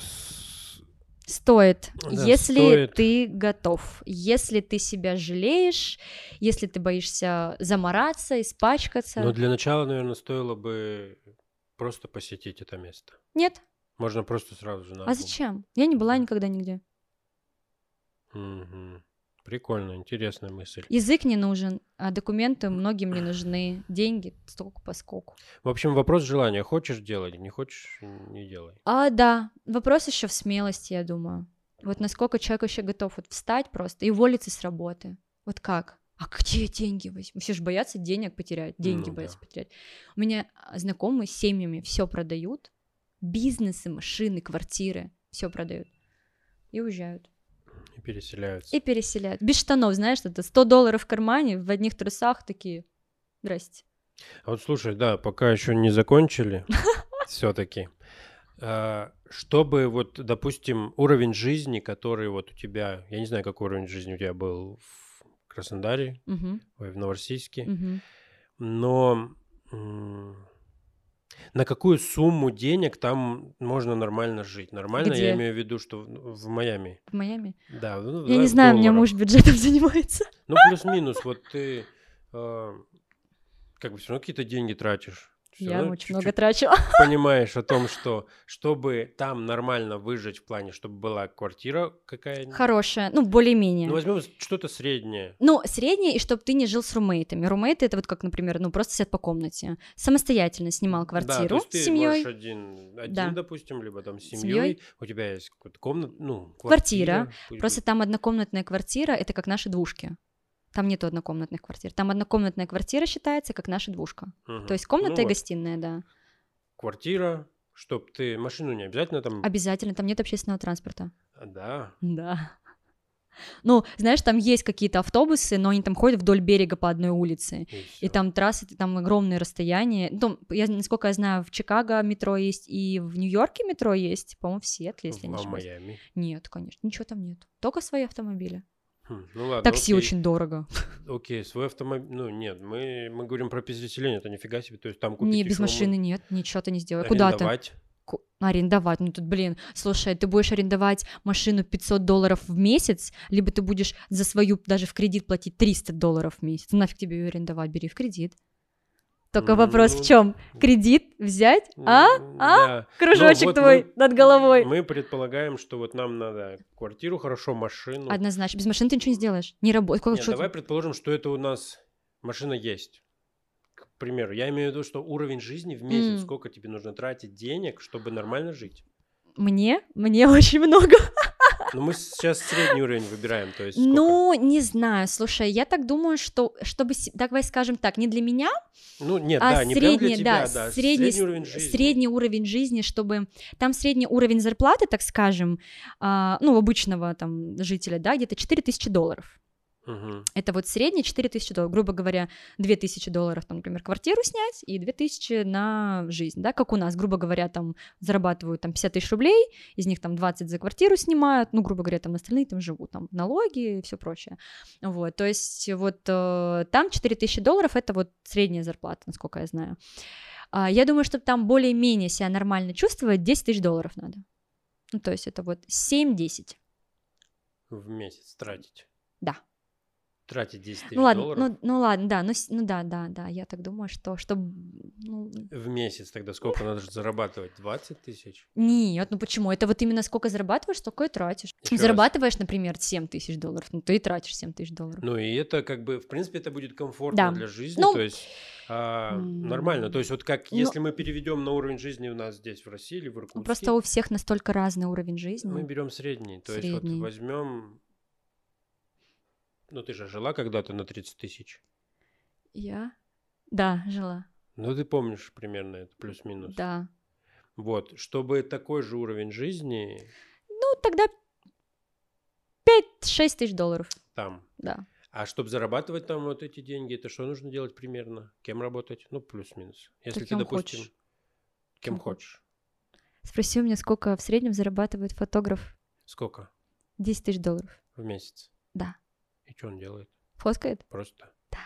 Стоит, да, если стоит. Ты готов, если ты себя жалеешь, если ты боишься замораться, испачкаться. Но для начала, наверное, стоило бы просто посетить это место. Нет. Можно просто сразу же на А зачем? Я не была никогда нигде. Угу. Прикольно, интересная мысль. Язык не нужен, а документы многим не нужны, деньги столько поскольку. В общем, вопрос желания. Хочешь — делай, не хочешь — не делай. А, да, вопрос еще в смелости, я думаю. Вот насколько человек вообще готов вот встать просто и уволиться с работы. Вот как? А где деньги возьму? Все же боятся денег потерять, деньги Ну, боятся да. потерять. У меня знакомые с семьями все продают, бизнесы, машины, квартиры, все продают и уезжают. И переселяются. И переселяют. Без штанов, знаешь, это сто долларов в кармане, в одних трусах такие. Здрасте. А вот слушай, да, пока еще не закончили, все-таки, чтобы вот, допустим, уровень жизни, который вот у тебя, я не знаю, какой уровень жизни у тебя был в Краснодаре, Мгм, ой, в Новороссийске, мгм. но м, на какую сумму денег там можно нормально жить? Нормально, я Где? имею в виду, что в в Майами. В Майами? Да, ну, Я давай не в знаю, у меня муж долларах. бюджетом занимается. Ну, плюс-минус, вот ты э, как бы все равно какие-то деньги тратишь. Всё Я равно очень много чуть-чуть трачу. понимаешь о том, что чтобы там нормально выжить в плане, чтобы была квартира какая-нибудь. Хорошая, ну, Ну, более-менее. возьмем что-то среднее. Ну, среднее, и чтобы ты не жил с румейтами. Румейты — это вот как, например, ну, просто сидят по комнате. Самостоятельно снимал Да, то квартиру есть с ты семьей. можешь один, Да. один, допустим, либо там с Семьей. семьей, у тебя есть какая-то комната, ну, Квартира. квартира. пусть Просто будет. там однокомнатная квартира — это как наши двушки. Там нету однокомнатных квартир. Там однокомнатная квартира считается как наша двушка. Мгм. То есть комната Ну и вот, гостиная, да. квартира, чтоб ты машину не обязательно там. Обязательно, там нет общественного транспорта. А, Да. Да. Ну, знаешь, там есть какие-то автобусы, но они там ходят вдоль берега по одной улице. И, И всё. там трассы, там огромные расстояния. Ну, я, насколько я знаю, в Чикаго метро есть, и в Нью-Йорке метро есть, по-моему, в Сиэтле, если В- не а в ошибаюсь. Майами. Нет, конечно, ничего там нет. Только свои автомобили. Хм, ну ладно, Такси окей. очень дорого. Окей, свой автомобиль. Ну, нет, мы, мы говорим про переселение, это нифига себе. То есть там Не, купить без еще машины нет, ничего ты не сделаешь. Куда ты? арендовать. Ку- Арендовать, ну тут, блин, слушай, ты будешь арендовать машину пятьсот долларов в месяц, либо ты будешь за свою даже в кредит платить триста долларов в месяц. Нафиг тебе ее арендовать, бери в кредит. Только вопрос в Ну, чем? Кредит взять? А? м, А? да. Кружочек Ну, вот твой мы- над головой. Мы предполагаем, что вот нам надо квартиру, хорошо, машину. Однозначно, без машины ты ничего не сделаешь. Не работает. Нет, давай предположим, что это у нас машина есть. К примеру, я имею в виду, что уровень жизни в месяц, М. сколько тебе нужно тратить денег, чтобы нормально жить. Мне? Мне очень много. Ну, мы сейчас средний уровень выбираем, то есть сколько? Ну, не знаю, слушай, я так думаю, что, чтобы, с- давай скажем так, не для меня, Ну, нет, а да, не прям для средний, тебя, да, да, средний, средний уровень жизни. средний уровень жизни, чтобы там средний уровень зарплаты, так скажем, а, ну, обычного там жителя, да, где-то четыре тысячи долларов. Мгм. Это вот средний четыре тысячи долларов, грубо говоря, две тысячи долларов, там, например, квартиру снять и две тысячи на жизнь, да, как у нас, грубо говоря, там зарабатывают там пятьдесят тысяч рублей, из них там двадцать за квартиру снимают, ну, грубо говоря, там остальные там живут, там налоги и все прочее, вот, то есть вот э, там четыре тысячи долларов, это вот средняя зарплата, насколько я знаю. А, я думаю, чтобы там более-менее себя нормально чувствовать, десять тысяч долларов надо, ну, то есть это вот семь-десять. В месяц тратить. Да. Тратить десять тысяч Ну ладно, долларов ну, ну ладно, да, ну, с- ну да, да, да, я так думаю, что, что, ну, в месяц, тогда сколько надо же зарабатывать? двадцать тысяч? нет, ну почему? Это вот именно сколько зарабатываешь, столько и тратишь. Ещё раз. Зарабатываешь, например, семь тысяч долларов, ну ты и тратишь семь тысяч долларов. Ну, и это как бы, в принципе, это будет комфортно Да. для жизни, Ну, то есть а, м, нормально. То есть вот как, ну- если мы переведем на уровень жизни у нас здесь, в России или в Ну, Иркутске, просто у всех настолько разный уровень жизни. мы берем средний. То есть Средний. вот возьмем... Ну, ты же жила когда-то на тридцать тысяч. Я? Да, жила. Ну, ты помнишь примерно это, плюс-минус. Да. Вот, чтобы такой же уровень жизни Ну, тогда пять-шесть тысяч долларов, там. да. А чтобы зарабатывать там вот эти деньги, это что нужно делать примерно? Кем работать? Ну, плюс-минус. Если Так ты, кем допустим, хочешь. кем Кем хочешь. Спроси у меня, сколько в среднем зарабатывает фотограф? Сколько десять тысяч долларов. в месяц? Да. И что он делает? Фоткает? Просто? Да.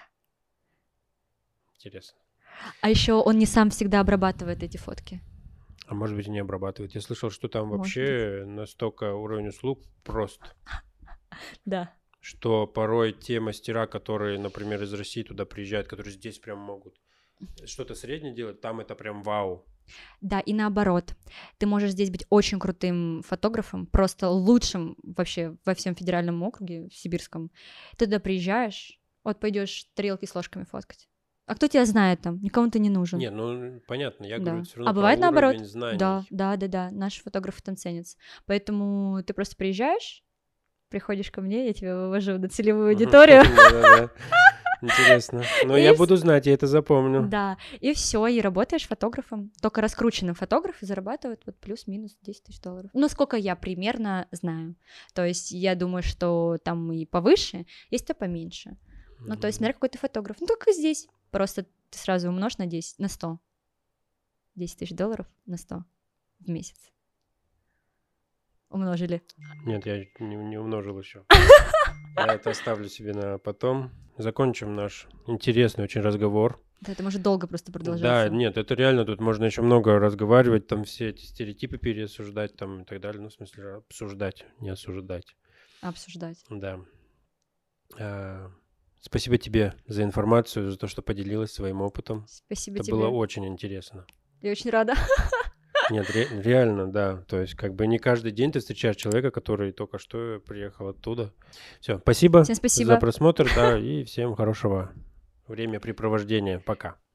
Интересно. А еще он не сам всегда обрабатывает эти фотки. А может быть и не обрабатывает. Я слышал, что там Может вообще настолько уровень услуг прост, Да. что порой те мастера, которые, например, из России туда приезжают, которые здесь прям могут что-то среднее делать, там это прям вау. Да, и наоборот. Ты можешь здесь быть очень крутым фотографом, просто лучшим вообще во всем федеральном округе, в сибирском. Ты туда приезжаешь, вот пойдешь тарелки с ложками фоткать. А кто тебя знает там? Никому ты не нужен. Не, ну понятно, я Да. говорю, все равно А про бывает наоборот? уровень знаний. Да, да, да, да. Наши фотографы там ценятся. Поэтому ты просто приезжаешь, приходишь ко мне, я тебя вывожу на целевую аудиторию. Да-да-да. Интересно. Но И я вс- буду знать, я это запомню. Да, и все, и работаешь фотографом. Только раскрученным фотографы зарабатывают вот плюс-минус десять тысяч долларов. Ну, сколько я примерно знаю. То есть я думаю, что там и повыше, есть то поменьше. Ну, то есть, смотря какой ты фотограф. Ну, только здесь. Просто ты сразу умножь на десять, на сто. десять тысяч долларов на сто в месяц. Умножили. Нет, я не, не умножил еще. Я это оставлю себе на потом. Закончим наш интересный очень разговор. Да, это может долго просто Да, продолжаться. нет, это реально, тут можно еще много разговаривать, там все эти стереотипы переосуждать, там и так далее. Ну, в смысле, обсуждать, не осуждать. Обсуждать. Да. А, спасибо тебе за информацию, за то, что поделилась своим опытом. Спасибо Это тебе. было очень интересно. Я очень рада. Нет, ре- реально, да. То есть, как бы не каждый день ты встречаешь человека, который только что приехал оттуда. Все, спасибо Всем спасибо. за просмотр, да, и всем хорошего времяпрепровождения. Пока.